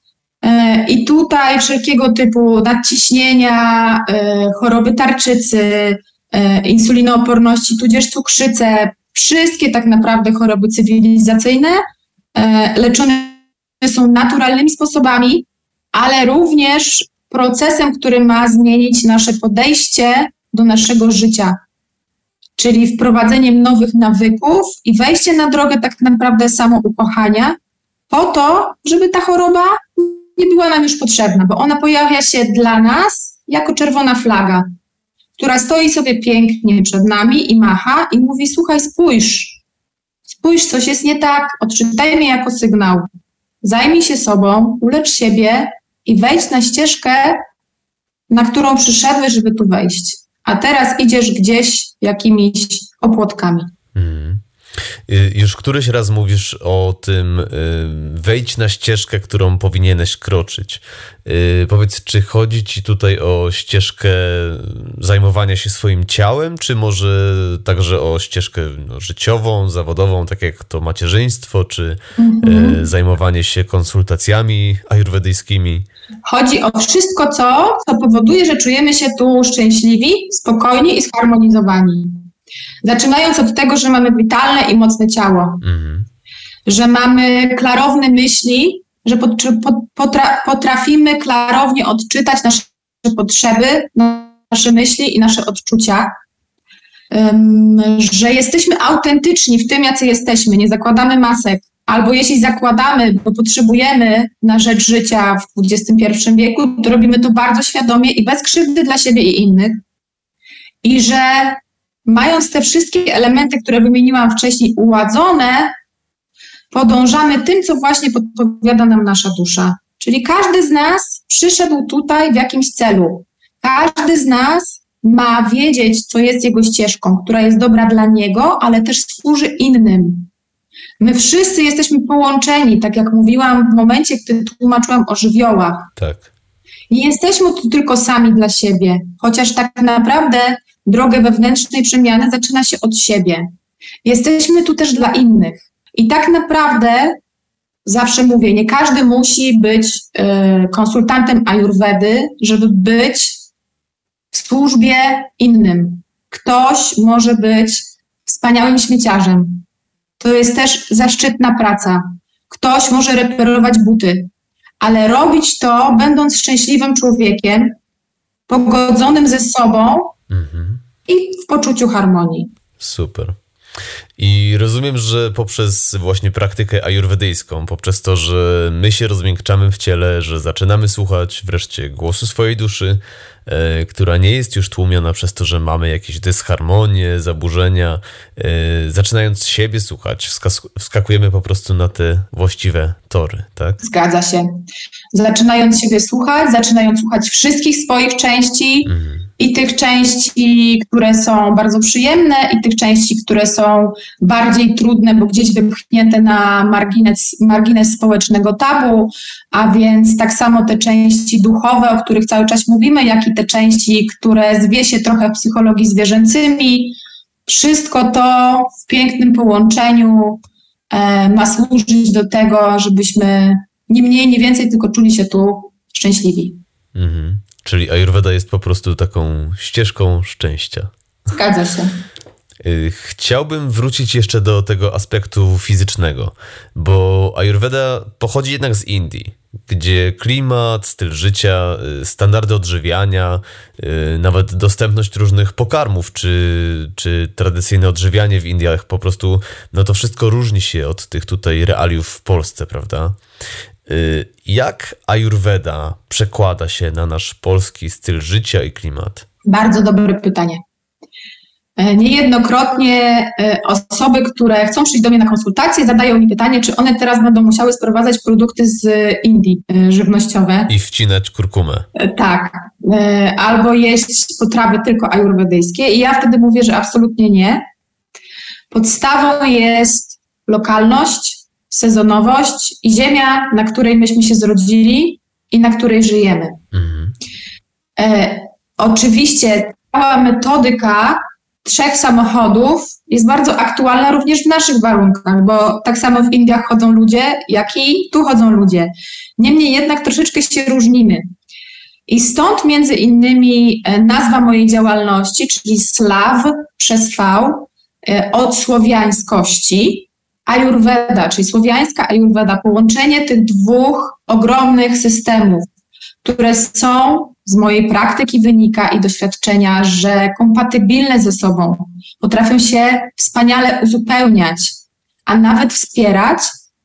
i tutaj wszelkiego typu nadciśnienia, choroby tarczycy, insulinooporności, tudzież cukrzycę, wszystkie tak naprawdę choroby cywilizacyjne leczone są naturalnymi sposobami, ale również procesem, który ma zmienić nasze podejście do naszego życia, czyli wprowadzeniem nowych nawyków i wejście na drogę tak naprawdę samoukochania po to, żeby ta choroba nie była nam już potrzebna, bo ona pojawia się dla nas jako czerwona flaga, która stoi sobie pięknie przed nami i macha i mówi: słuchaj, spójrz, coś jest nie tak, odczytaj mnie jako sygnał, zajmij się sobą, ulecz siebie i wejdź na ścieżkę, na którą przyszedłeś, żeby tu wejść. A teraz idziesz gdzieś jakimiś opłotkami. Już któryś raz mówisz o tym, wejdź na ścieżkę, którą powinieneś kroczyć. Powiedz, czy chodzi ci tutaj o ścieżkę zajmowania się swoim ciałem, czy może także o ścieżkę życiową, zawodową, tak jak to macierzyństwo, czy zajmowanie się konsultacjami ajurwedyjskimi? Chodzi o wszystko, co powoduje, że czujemy się tu szczęśliwi, spokojni i zharmonizowani. Zaczynając od tego, że mamy witalne i mocne ciało, że mamy klarowne myśli, że potrafimy klarownie odczytać nasze potrzeby, nasze myśli i nasze odczucia, że jesteśmy autentyczni w tym, jacy jesteśmy, nie zakładamy masek, albo jeśli zakładamy, bo potrzebujemy na rzecz życia w XXI wieku, to robimy to bardzo świadomie i bez krzywdy dla siebie i innych. I że mając te wszystkie elementy, które wymieniłam wcześniej, uładzone, podążamy tym, co właśnie podpowiada nam nasza dusza. Czyli każdy z nas przyszedł tutaj w jakimś celu. Każdy z nas ma wiedzieć, co jest jego ścieżką, która jest dobra dla niego, ale też służy innym. My wszyscy jesteśmy połączeni, tak jak mówiłam w momencie, gdy tłumaczyłam o żywiołach. Tak. Nie jesteśmy tu tylko sami dla siebie, chociaż tak naprawdę drogę wewnętrznej przemiany zaczyna się od siebie. Jesteśmy tu też dla innych. I tak naprawdę, zawsze mówię, nie każdy musi być konsultantem ajurwedy, żeby być w służbie innym. Ktoś może być wspaniałym śmieciarzem. To jest też zaszczytna praca. Ktoś może reperować buty, ale robić to, będąc szczęśliwym człowiekiem, pogodzonym ze sobą i w poczuciu harmonii. Super. I rozumiem, że poprzez właśnie praktykę ajurwedyjską, poprzez to, że my się rozmiękczamy w ciele, że zaczynamy słuchać wreszcie głosu swojej duszy, która nie jest już tłumiona przez to, że mamy jakieś dysharmonie, zaburzenia. Zaczynając siebie słuchać, wskakujemy po prostu na te właściwe tory, tak? Zgadza się. Zaczynając siebie słuchać, zaczynając słuchać wszystkich swoich części, i tych części, które są bardzo przyjemne, i tych części, które są bardziej trudne, bo gdzieś wypchnięte na margines społecznego tabu, a więc tak samo te części duchowe, o których cały czas mówimy, jak i te części, które zwie się trochę w psychologii zwierzęcymi. Wszystko to w pięknym połączeniu ma służyć do tego, żebyśmy nie mniej, nie więcej, tylko czuli się tu szczęśliwi. Czyli Ayurveda jest po prostu taką ścieżką szczęścia. Zgadza się. Chciałbym wrócić jeszcze do tego aspektu fizycznego, bo Ayurveda pochodzi jednak z Indii, gdzie klimat, styl życia, standardy odżywiania, nawet dostępność różnych pokarmów, czy tradycyjne odżywianie w Indiach po prostu, no to wszystko różni się od tych tutaj realiów w Polsce, prawda? Jak Ayurveda przekłada się na nasz polski styl życia i klimat? Bardzo dobre pytanie. Niejednokrotnie osoby, które chcą przyjść do mnie na konsultację, zadają mi pytanie, czy one teraz będą musiały sprowadzać produkty z Indii żywnościowe. I wcinać kurkumę. Tak. Albo jeść potrawy tylko ajurwedyjskie. I ja wtedy mówię, że absolutnie nie. Podstawą jest lokalność, sezonowość i ziemia, na której myśmy się zrodzili i na której żyjemy. Mhm. Oczywiście cała metodyka 3 samochodów jest bardzo aktualna również w naszych warunkach, bo tak samo w Indiach chodzą ludzie, jak i tu chodzą ludzie. Niemniej jednak troszeczkę się różnimy. I stąd między innymi nazwa mojej działalności, czyli Slav przez V, od słowiańskości, Ayurveda, czyli słowiańska Ayurveda, połączenie tych 2 ogromnych systemów, które są, z mojej praktyki wynika i doświadczenia, że kompatybilne ze sobą, potrafią się wspaniale uzupełniać, a nawet wspierać.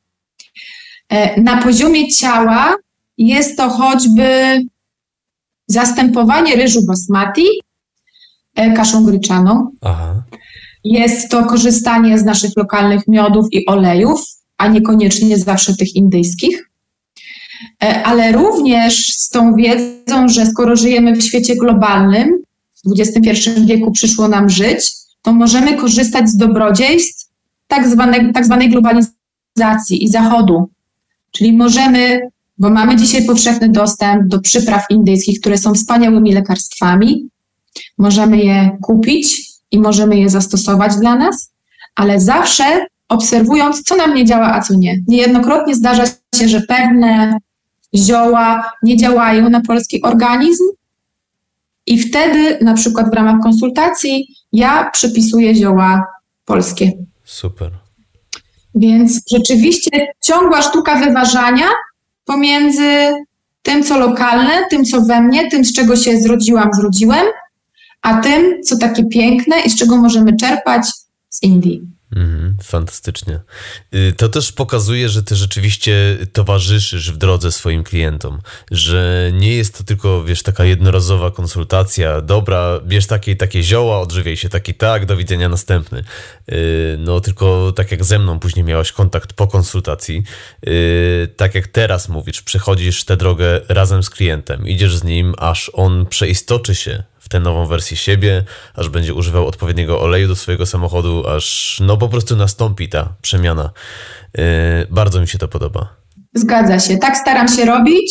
Na poziomie ciała jest to choćby zastępowanie ryżu basmati kaszą gryczaną. Aha. Jest to korzystanie z naszych lokalnych miodów i olejów, a niekoniecznie zawsze tych indyjskich. Ale również z tą wiedzą, że skoro żyjemy w świecie globalnym, w XXI wieku przyszło nam żyć, to możemy korzystać z dobrodziejstw tak zwanej globalizacji i zachodu. Czyli możemy, bo mamy dzisiaj powszechny dostęp do przypraw indyjskich, które są wspaniałymi lekarstwami, możemy je kupić i możemy je zastosować dla nas, ale zawsze obserwując, co nam nie działa, a co nie. Niejednokrotnie zdarza się, że pewne zioła nie działają na polski organizm i wtedy na przykład w ramach konsultacji ja przypisuję zioła polskie. Super. Więc rzeczywiście ciągła sztuka wyważania pomiędzy tym, co lokalne, tym, co we mnie, tym, z czego się zrodziłem, a tym, co takie piękne i z czego możemy czerpać z Indii. Fantastycznie. To też pokazuje, że ty rzeczywiście towarzyszysz w drodze swoim klientom, że nie jest to tylko, wiesz, taka jednorazowa konsultacja, dobra, bierz takie zioła, odżywiaj się tak, do widzenia następny. No tylko tak jak ze mną później miałaś kontakt po konsultacji, tak jak teraz mówisz, przechodzisz tę drogę razem z klientem, idziesz z nim, aż on przeistoczy się w tę nową wersję siebie, aż będzie używał odpowiedniego oleju do swojego samochodu, aż no po prostu nastąpi ta przemiana. Bardzo mi się to podoba. Zgadza się. Tak staram się robić.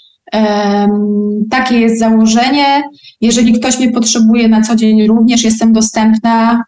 Takie jest założenie. Jeżeli ktoś mnie potrzebuje na co dzień, również jestem dostępna.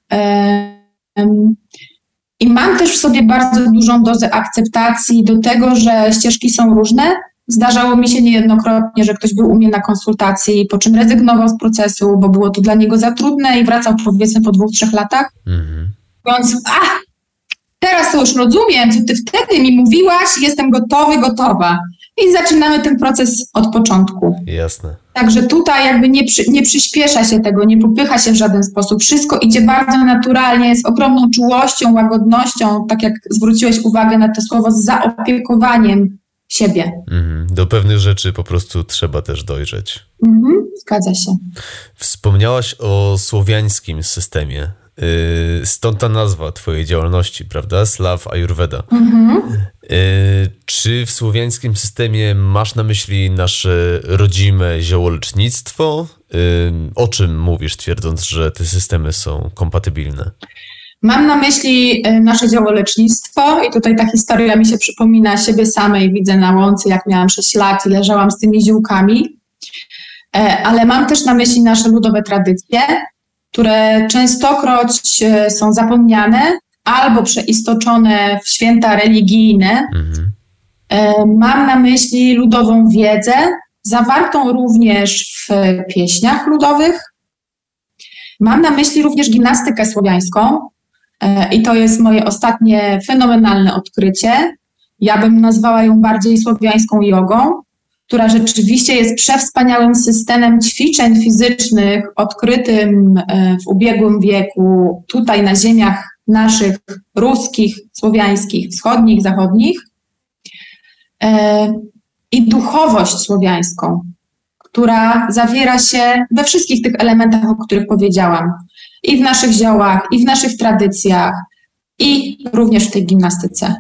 I mam też w sobie bardzo dużą dozę akceptacji do tego, że ścieżki są różne. Zdarzało mi się niejednokrotnie, że ktoś był u mnie na konsultacji, po czym rezygnował z procesu, bo było to dla niego za trudne i wracał powiedzmy po 2-3 latach. Mówiąc, teraz to już rozumiem, co ty wtedy mi mówiłaś, jestem gotowa. I zaczynamy ten proces od początku. Jasne. Także tutaj jakby nie przyspiesza się tego, nie popycha się w żaden sposób. Wszystko idzie bardzo naturalnie, z ogromną czułością, łagodnością, tak jak zwróciłeś uwagę na to słowo, z zaopiekowaniem siebie. Do pewnych rzeczy po prostu trzeba też dojrzeć. Zgadza się. Wspomniałaś o słowiańskim systemie. Stąd ta nazwa twojej działalności, prawda? Slav Ayurveda. Czy w słowiańskim systemie masz na myśli nasze rodzime ziołolecznictwo? O czym mówisz, twierdząc, że te systemy są kompatybilne? Mam na myśli nasze ziołolecznictwo i tutaj ta historia mi się przypomina siebie samej. Widzę na łące, jak miałam 6 lat i leżałam z tymi ziółkami. Ale mam też na myśli nasze ludowe tradycje, które częstokroć są zapomniane albo przeistoczone w święta religijne. Mam na myśli ludową wiedzę zawartą również w pieśniach ludowych. Mam na myśli również gimnastykę słowiańską i to jest moje ostatnie fenomenalne odkrycie. Ja bym nazwała ją bardziej słowiańską jogą, która rzeczywiście jest przewspaniałym systemem ćwiczeń fizycznych odkrytym w ubiegłym wieku tutaj na ziemiach naszych ruskich, słowiańskich, wschodnich, zachodnich i duchowość słowiańską, która zawiera się we wszystkich tych elementach, o których powiedziałam. I w naszych ziołach, i w naszych tradycjach, i również w tej gimnastyce.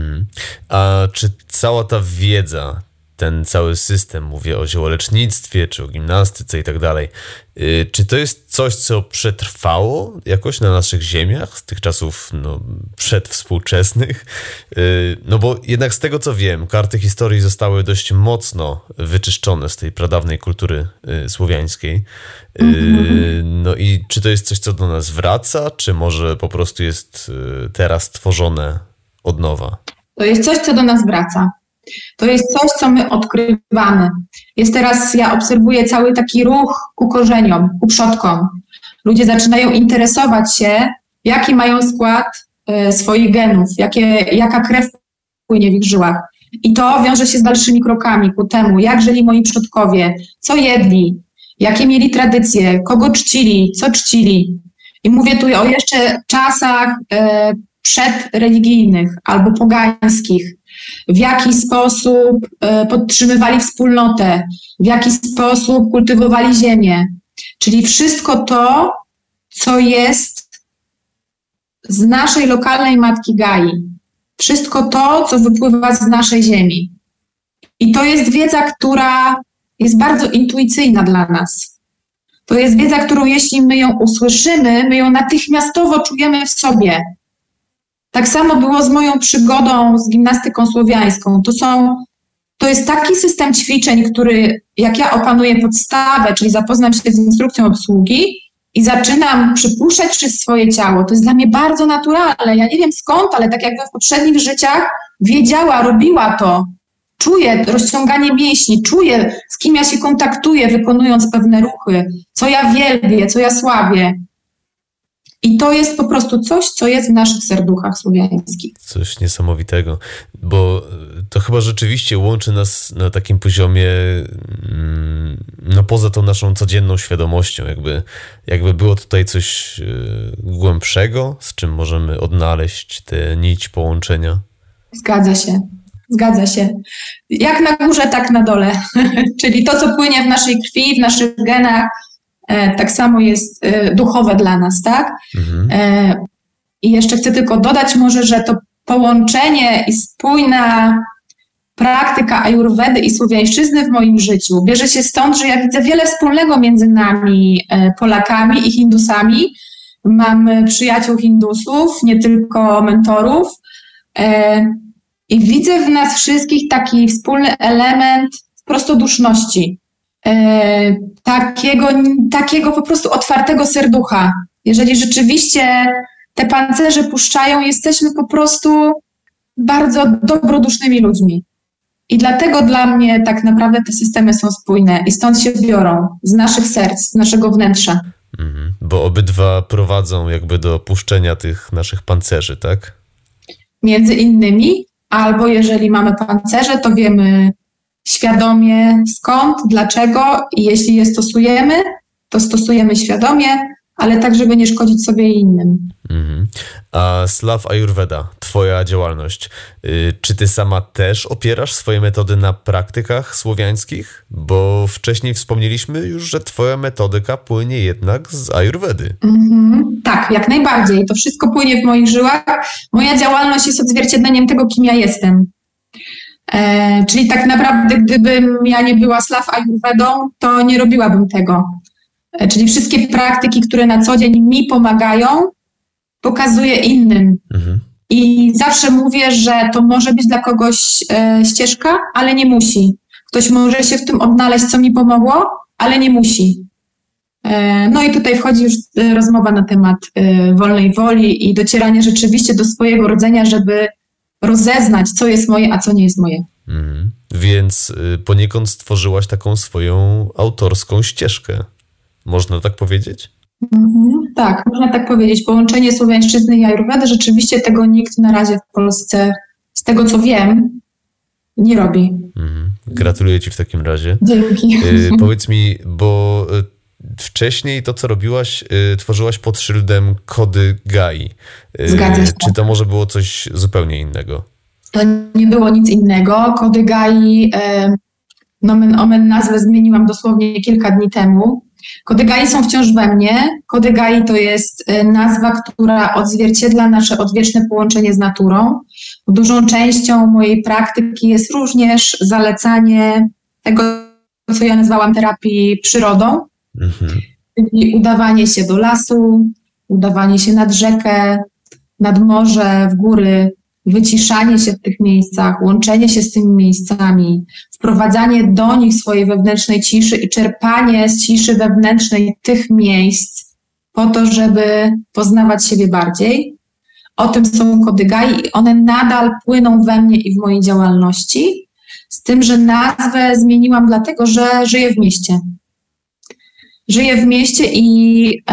A czy cała ta wiedza, ten cały system, mówię o ziołolecznictwie, czy o gimnastyce i tak dalej, czy to jest coś, co przetrwało jakoś na naszych ziemiach z tych czasów przedwspółczesnych? No bo jednak z tego, co wiem, karty historii zostały dość mocno wyczyszczone z tej pradawnej kultury słowiańskiej. No i czy to jest coś, co do nas wraca, czy może po prostu jest teraz tworzone od nowa? To jest coś, co do nas wraca. To jest coś, co my odkrywamy. Jest teraz, ja obserwuję cały taki ruch ku korzeniom, ku przodkom. Ludzie zaczynają interesować się, jaki mają skład swoich genów, jaka krew płynie w ich żyłach. I to wiąże się z dalszymi krokami ku temu, jak żyli moi przodkowie, co jedli, jakie mieli tradycje, kogo czcili, co czcili. I mówię tu o jeszcze czasach przedreligijnych albo pogańskich. W jaki sposób podtrzymywali wspólnotę, w jaki sposób kultywowali ziemię. Czyli wszystko to, co jest z naszej lokalnej Matki Gai. Wszystko to, co wypływa z naszej ziemi. I to jest wiedza, która jest bardzo intuicyjna dla nas. To jest wiedza, którą jeśli my ją usłyszymy, my ją natychmiastowo czujemy w sobie. Tak samo było z moją przygodą z gimnastyką słowiańską. To jest taki system ćwiczeń, który jak ja opanuję podstawę, czyli zapoznam się z instrukcją obsługi i zaczynam przypuszczać przez swoje ciało, to jest dla mnie bardzo naturalne. Ja nie wiem skąd, ale tak jakbym w poprzednich życiach wiedziała, robiła to. Czuję rozciąganie mięśni, czuję, z kim ja się kontaktuję, wykonując pewne ruchy, co ja wielbię, co ja sławię. I to jest po prostu coś, co jest w naszych serduchach słowiańskich. Coś niesamowitego, bo to chyba rzeczywiście łączy nas na takim poziomie, no poza tą naszą codzienną świadomością, jakby było tutaj coś głębszego, z czym możemy odnaleźć tę nić połączenia. Zgadza się. Jak na górze, tak na dole. Czyli to, co płynie w naszej krwi, w naszych genach, tak samo jest duchowe dla nas, tak? I jeszcze chcę tylko dodać może, że to połączenie i spójna praktyka ajurwedy i słowiańszczyzny w moim życiu bierze się stąd, że ja widzę wiele wspólnego między nami, Polakami i Hindusami. Mam przyjaciół Hindusów, nie tylko mentorów. I widzę w nas wszystkich taki wspólny element prostoduszności. Takiego po prostu otwartego serducha. Jeżeli rzeczywiście te pancerze puszczają, jesteśmy po prostu bardzo dobrodusznymi ludźmi. I dlatego dla mnie tak naprawdę te systemy są spójne i stąd się biorą, z naszych serc, z naszego wnętrza. Bo obydwa prowadzą jakby do puszczenia tych naszych pancerzy, tak? Między innymi, albo jeżeli mamy pancerze, to wiemy świadomie skąd, dlaczego i jeśli je stosujemy, to stosujemy świadomie, ale tak, żeby nie szkodzić sobie i innym. A Slav Ayurveda, twoja działalność, czy ty sama też opierasz swoje metody na praktykach słowiańskich? Bo wcześniej wspomnieliśmy już, że twoja metodyka płynie jednak z Ayurvedy. Tak, jak najbardziej. To wszystko płynie w moich żyłach. Moja działalność jest odzwierciedleniem tego, kim ja jestem. Czyli tak naprawdę, gdybym ja nie była Slav Ayurvedą, to nie robiłabym tego. Czyli wszystkie praktyki, które na co dzień mi pomagają, pokazuję innym. I zawsze mówię, że to może być dla kogoś ścieżka, ale nie musi. Ktoś może się w tym odnaleźć, co mi pomogło, ale nie musi. No i tutaj wchodzi już rozmowa na temat wolnej woli i docieranie rzeczywiście do swojego rodzenia, żeby rozeznać, co jest moje, a co nie jest moje. Więc poniekąd stworzyłaś taką swoją autorską ścieżkę. Można tak powiedzieć? Tak, można tak powiedzieć. Połączenie słowiańszczyzny i ajurwedy, rzeczywiście tego nikt na razie w Polsce, z tego co wiem, nie robi. Gratuluję Ci w takim razie. Dzięki. Powiedz mi, bo wcześniej to, co robiłaś, tworzyłaś pod szyldem Kody Gai. Zgadza się. Czy to może było coś zupełnie innego? To nie było nic innego. Kody Gai, nomen omen, nazwę zmieniłam dosłownie kilka dni temu. Kody Gai są wciąż we mnie. Kody Gai to jest nazwa, która odzwierciedla nasze odwieczne połączenie z naturą. Dużą częścią mojej praktyki jest również zalecanie tego, co ja nazwałam terapii przyrodą, czyli udawanie się do lasu, udawanie się nad rzekę, nad morze, w góry, wyciszanie się w tych miejscach, łączenie się z tymi miejscami, wprowadzanie do nich swojej wewnętrznej ciszy i czerpanie z ciszy wewnętrznej tych miejsc po to, żeby poznawać siebie bardziej. O tym są Kody Gai i one nadal płyną we mnie i w mojej działalności, z tym, że nazwę zmieniłam dlatego, że żyję w mieście. Żyję w mieście i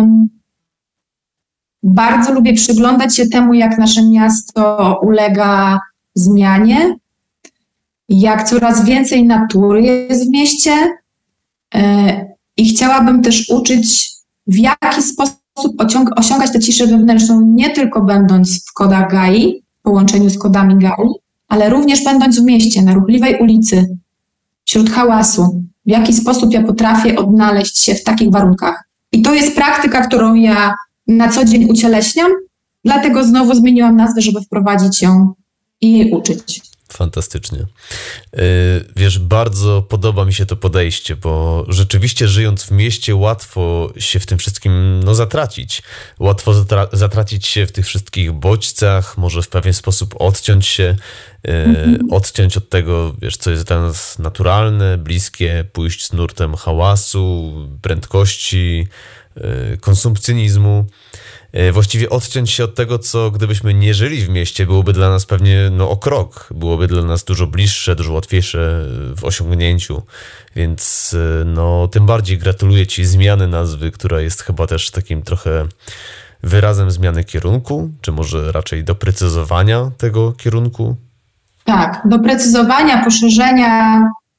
bardzo lubię przyglądać się temu, jak nasze miasto ulega zmianie, jak coraz więcej natury jest w mieście i chciałabym też uczyć, w jaki sposób osiągać tę ciszę wewnętrzną, nie tylko będąc w kodach Gai, w połączeniu z kodami Gai, ale również będąc w mieście, na ruchliwej ulicy, wśród hałasu. W jaki sposób ja potrafię odnaleźć się w takich warunkach. I to jest praktyka, którą ja na co dzień ucieleśniam, dlatego znowu zmieniłam nazwę, żeby wprowadzić ją i jej uczyć. Fantastycznie. Wiesz, bardzo podoba mi się to podejście, bo rzeczywiście żyjąc w mieście łatwo się w tym wszystkim zatracić. Łatwo zatracić się w tych wszystkich bodźcach, może w pewien sposób odciąć się, odciąć od tego, wiesz, co jest dla nas naturalne, bliskie, pójść z nurtem hałasu, prędkości, konsumpcjonizmu. Właściwie odciąć się od tego, co gdybyśmy nie żyli w mieście, byłoby dla nas pewnie o krok. Byłoby dla nas dużo bliższe, dużo łatwiejsze w osiągnięciu. Więc tym bardziej gratuluję Ci zmiany nazwy, która jest chyba też takim trochę wyrazem zmiany kierunku, czy może raczej doprecyzowania tego kierunku? Tak, doprecyzowania, poszerzenia,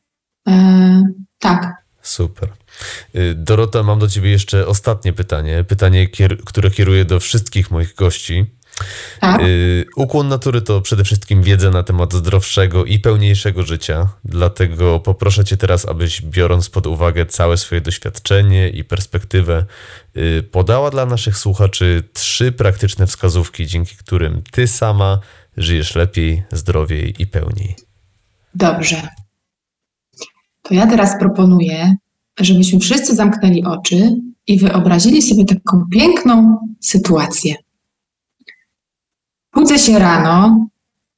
tak. Super. Dorota, mam do Ciebie jeszcze ostatnie pytanie. Pytanie, które kieruję do wszystkich moich gości. Tak? Ukłon natury to przede wszystkim wiedza na temat zdrowszego i pełniejszego życia. Dlatego poproszę Cię teraz, abyś, biorąc pod uwagę całe swoje doświadczenie i perspektywę, podała dla naszych słuchaczy 3 praktyczne wskazówki, dzięki którym Ty sama żyjesz lepiej, zdrowiej i pełniej. Dobrze. To ja teraz proponuję, żebyśmy wszyscy zamknęli oczy i wyobrazili sobie taką piękną sytuację. Budzę się rano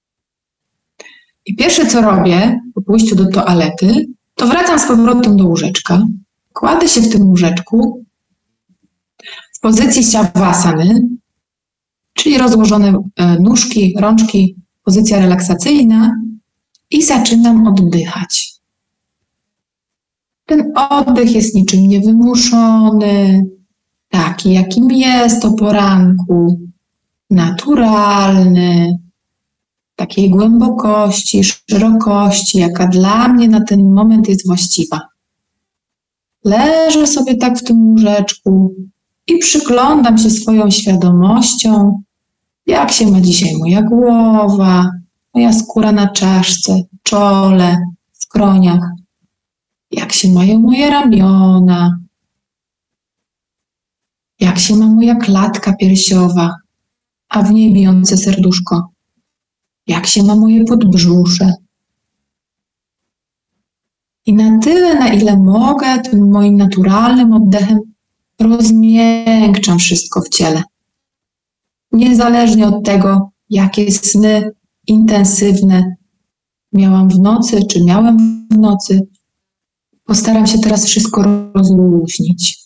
i pierwsze, co robię po pójściu do toalety, to wracam z powrotem do łóżeczka, kładę się w tym łóżeczku w pozycji siavasany, czyli rozłożone nóżki, rączki, pozycja relaksacyjna i zaczynam oddychać. Ten oddech jest niczym niewymuszony, taki jakim jest o poranku, naturalny, takiej głębokości, szerokości, jaka dla mnie na ten moment jest właściwa. Leżę sobie tak w tym łóżeczku i przyglądam się swoją świadomością, jak się ma dzisiaj moja głowa, moja skóra na czaszce, czole, skroniach. Jak się mają moje ramiona, jak się ma moja klatka piersiowa, a w niej bijące serduszko, jak się ma moje podbrzusze. I na tyle, na ile mogę, tym moim naturalnym oddechem rozmiękczam wszystko w ciele. Niezależnie od tego, jakie sny intensywne miałam w nocy, czy miałem w nocy, postaram się teraz wszystko rozluźnić.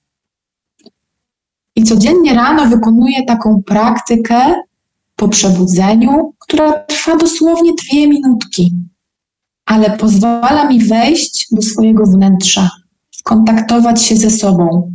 I codziennie rano wykonuję taką praktykę po przebudzeniu, która trwa dosłownie 2 minutki. ale pozwala mi wejść do swojego wnętrza, skontaktować się ze sobą.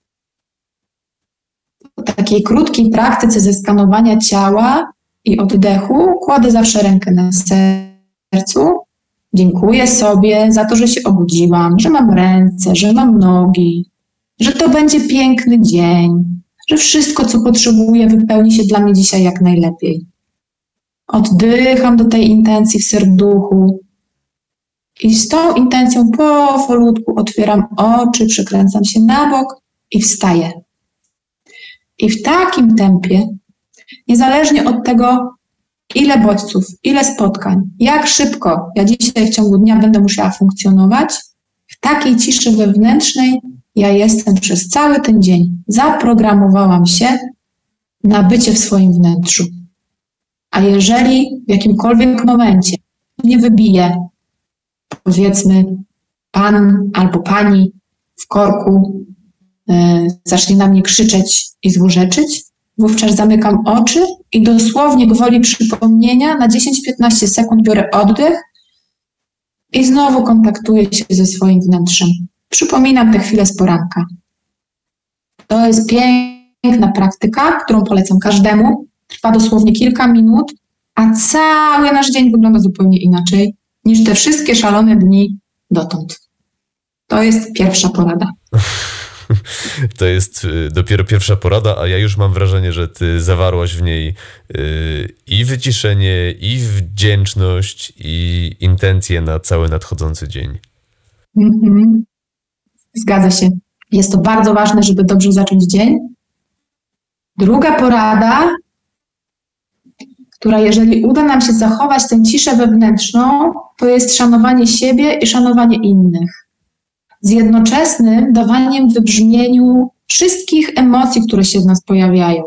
Po takiej krótkiej praktyce ze skanowania ciała i oddechu kładę zawsze rękę na sercu. Dziękuję sobie za to, że się obudziłam, że mam ręce, że mam nogi, że to będzie piękny dzień, że wszystko, co potrzebuję, wypełni się dla mnie dzisiaj jak najlepiej. Oddycham do tej intencji w serduchu i z tą intencją powolutku otwieram oczy, przekręcam się na bok i wstaję. I w takim tempie, niezależnie od tego, ile bodźców, ile spotkań, jak szybko ja dzisiaj w ciągu dnia będę musiała funkcjonować, w takiej ciszy wewnętrznej ja jestem przez cały ten dzień. Zaprogramowałam się na bycie w swoim wnętrzu. A jeżeli w jakimkolwiek momencie nie wybije, powiedzmy, pan albo pani w korku zacznie na mnie krzyczeć i złorzeczyć, wówczas zamykam oczy i dosłownie gwoli przypomnienia na 10-15 sekund biorę oddech i znowu kontaktuję się ze swoim wnętrzem. Przypominam tę chwilę z poranka. To jest piękna praktyka, którą polecam każdemu. Trwa dosłownie kilka minut, a cały nasz dzień wygląda zupełnie inaczej niż te wszystkie szalone dni dotąd. To jest pierwsza porada. To jest dopiero pierwsza porada, a ja już mam wrażenie, że ty zawarłaś w niej i wyciszenie, i wdzięczność, i intencje na cały nadchodzący dzień. Zgadza się. Jest to bardzo ważne, żeby dobrze zacząć dzień. Druga porada, która jeżeli uda nam się zachować tę ciszę wewnętrzną, to jest szanowanie siebie i szanowanie innych. Z jednoczesnym dawaniem wybrzmieniu wszystkich emocji, które się w nas pojawiają.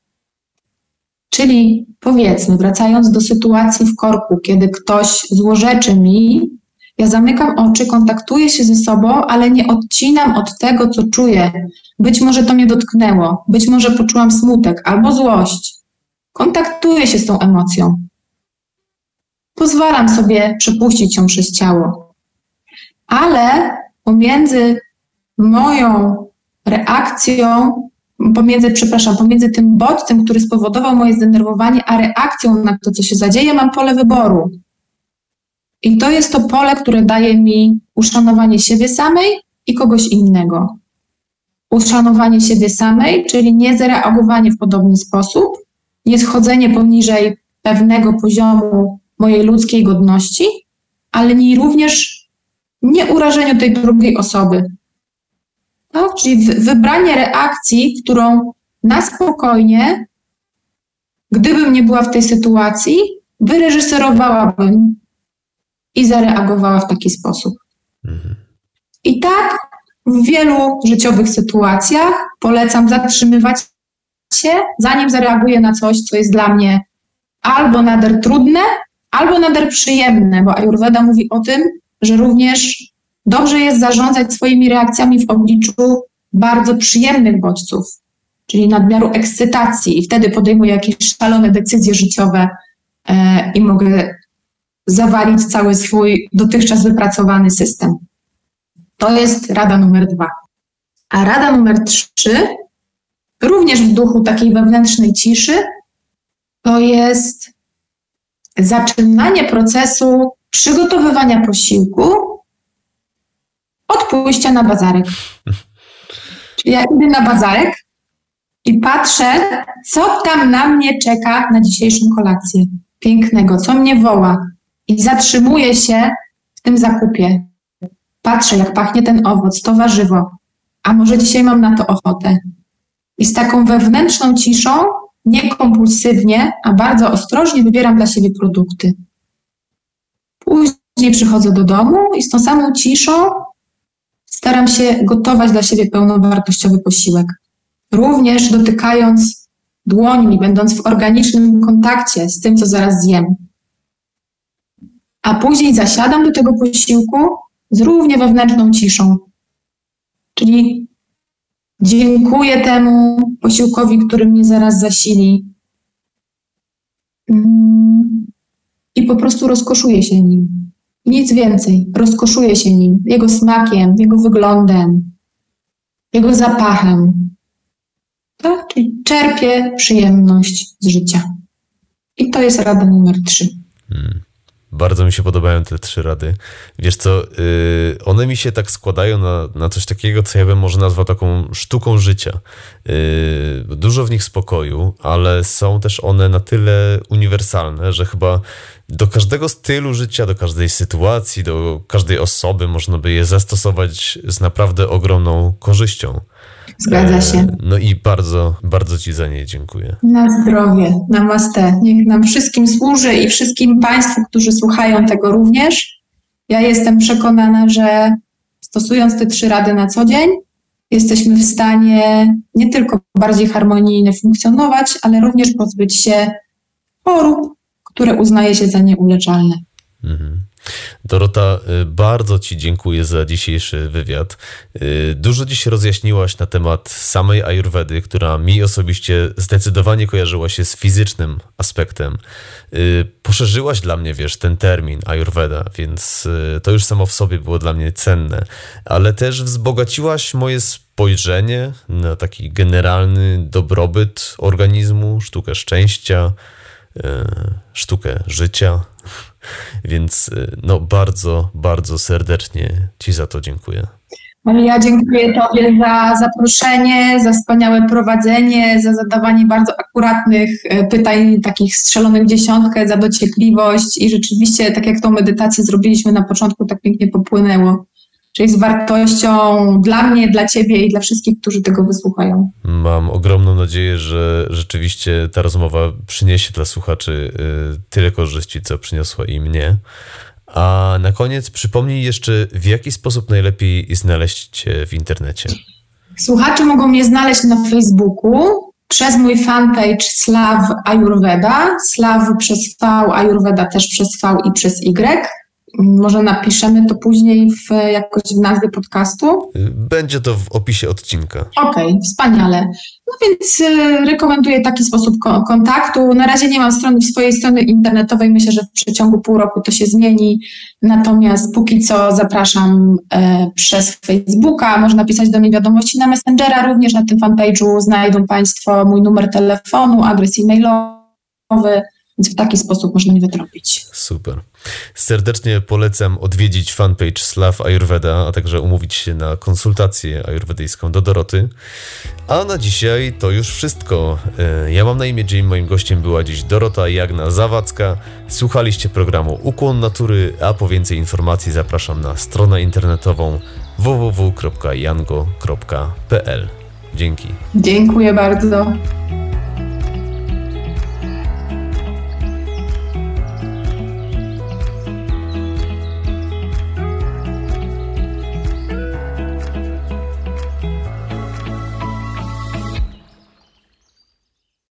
Czyli powiedzmy, wracając do sytuacji w korku, kiedy ktoś złorzeczy mi, ja zamykam oczy, kontaktuję się ze sobą, ale nie odcinam od tego, co czuję. Być może to mnie dotknęło, być może poczułam smutek albo złość. Kontaktuję się z tą emocją. Pozwalam sobie przepuścić ją przez ciało. Ale pomiędzy moją reakcją, pomiędzy tym bodźcem, który spowodował moje zdenerwowanie, a reakcją na to, co się zadzieje, mam pole wyboru. I to jest to pole, które daje mi uszanowanie siebie samej i kogoś innego. Uszanowanie siebie samej, czyli nie zareagowanie w podobny sposób, nie schodzenie poniżej pewnego poziomu mojej ludzkiej godności, ale również nie urażeniu tej drugiej osoby. No, czyli wybranie reakcji, którą na spokojnie, gdybym nie była w tej sytuacji, wyreżyserowałabym i zareagowała w taki sposób. I tak w wielu życiowych sytuacjach polecam zatrzymywać się, zanim zareaguję na coś, co jest dla mnie albo nader trudne, albo nader przyjemne, bo Ajurweda mówi o tym, że również dobrze jest zarządzać swoimi reakcjami w obliczu bardzo przyjemnych bodźców, czyli nadmiaru ekscytacji i wtedy podejmuję jakieś szalone decyzje życiowe i mogę zawalić cały swój dotychczas wypracowany system. To jest rada numer 2. A rada numer 3, również w duchu takiej wewnętrznej ciszy, to jest zaczynanie procesu przygotowywania posiłku od pójścia na bazarek. Czyli ja idę na bazarek i patrzę, co tam na mnie czeka na dzisiejszą kolację pięknego, co mnie woła. I zatrzymuję się w tym zakupie. Patrzę, jak pachnie ten owoc, to warzywo. A może dzisiaj mam na to ochotę. I z taką wewnętrzną ciszą, nie kompulsywnie, a bardzo ostrożnie wybieram dla siebie produkty. Później przychodzę do domu i z tą samą ciszą staram się gotować dla siebie pełnowartościowy posiłek. Również dotykając dłońmi, będąc w organicznym kontakcie z tym, co zaraz zjem. A później zasiadam do tego posiłku z równie wewnętrzną ciszą. Czyli dziękuję temu posiłkowi, który mnie zaraz zasili. I po prostu rozkoszuję się nim. Nic więcej. Rozkoszuje się nim, jego smakiem, jego wyglądem, jego zapachem. Tak? Czyli czerpie przyjemność z życia. I to jest rada numer 3. Bardzo mi się podobają te 3 rady. Wiesz co, one mi się tak składają na coś takiego, co ja bym może nazwał taką sztuką życia. Dużo w nich spokoju, ale są też one na tyle uniwersalne, że chyba do każdego stylu życia, do każdej sytuacji, do każdej osoby można by je zastosować z naprawdę ogromną korzyścią. Zgadza się. No i bardzo, bardzo Ci za nie dziękuję. Na zdrowie, namaste. Niech nam wszystkim służy i wszystkim Państwu, którzy słuchają tego również. Ja jestem przekonana, że stosując te 3 rady na co dzień, jesteśmy w stanie nie tylko bardziej harmonijnie funkcjonować, ale również pozbyć się chorób, które uznaje się za nieuleczalne. Dorota, bardzo Ci dziękuję za dzisiejszy wywiad. Dużo dziś rozjaśniłaś na temat samej Ajurwedy, która mi osobiście zdecydowanie kojarzyła się z fizycznym aspektem. Poszerzyłaś dla mnie, ten termin Ajurweda, więc to już samo w sobie było dla mnie cenne, ale też wzbogaciłaś moje spojrzenie na taki generalny dobrobyt organizmu, sztukę szczęścia, sztukę życia. Więc bardzo, bardzo serdecznie Ci za to dziękuję. Ja dziękuję Tobie za zaproszenie, za wspaniałe prowadzenie, za zadawanie bardzo akuratnych pytań, takich strzelonych w dziesiątkę, za dociekliwość i rzeczywiście, tak jak tą medytację zrobiliśmy na początku, tak pięknie popłynęło. Czyli z wartością dla mnie, dla Ciebie i dla wszystkich, którzy tego wysłuchają. Mam ogromną nadzieję, że rzeczywiście ta rozmowa przyniesie dla słuchaczy tyle korzyści, co przyniosła i mnie. A na koniec przypomnij jeszcze, w jaki sposób najlepiej znaleźć Cię w internecie. Słuchacze mogą mnie znaleźć na Facebooku przez mój fanpage Slav Ayurveda. Slav przez V, Ayurveda też przez V i przez Y. Może napiszemy to później jakoś w nazwie podcastu? Będzie to w opisie odcinka. Okej, wspaniale. No więc rekomenduję taki sposób kontaktu. Na razie nie mam swojej strony internetowej. Myślę, że w przeciągu pół roku to się zmieni. Natomiast póki co zapraszam przez Facebooka. Można pisać do mnie wiadomości na Messengera. Również na tym fanpage'u znajdą Państwo mój numer telefonu, adres e-mailowy. Więc w taki sposób można mnie wytropić. Super. Serdecznie polecam odwiedzić fanpage Slav Ayurveda, a także umówić się na konsultację ajurwedyjską do Doroty. A na dzisiaj to już wszystko. Ja mam na imię Jim, moim gościem była dziś Dorota Jagna-Zawadzka. Słuchaliście programu Ukłon Natury, a po więcej informacji zapraszam na stronę internetową www.jango.pl. Dzięki. Dziękuję bardzo.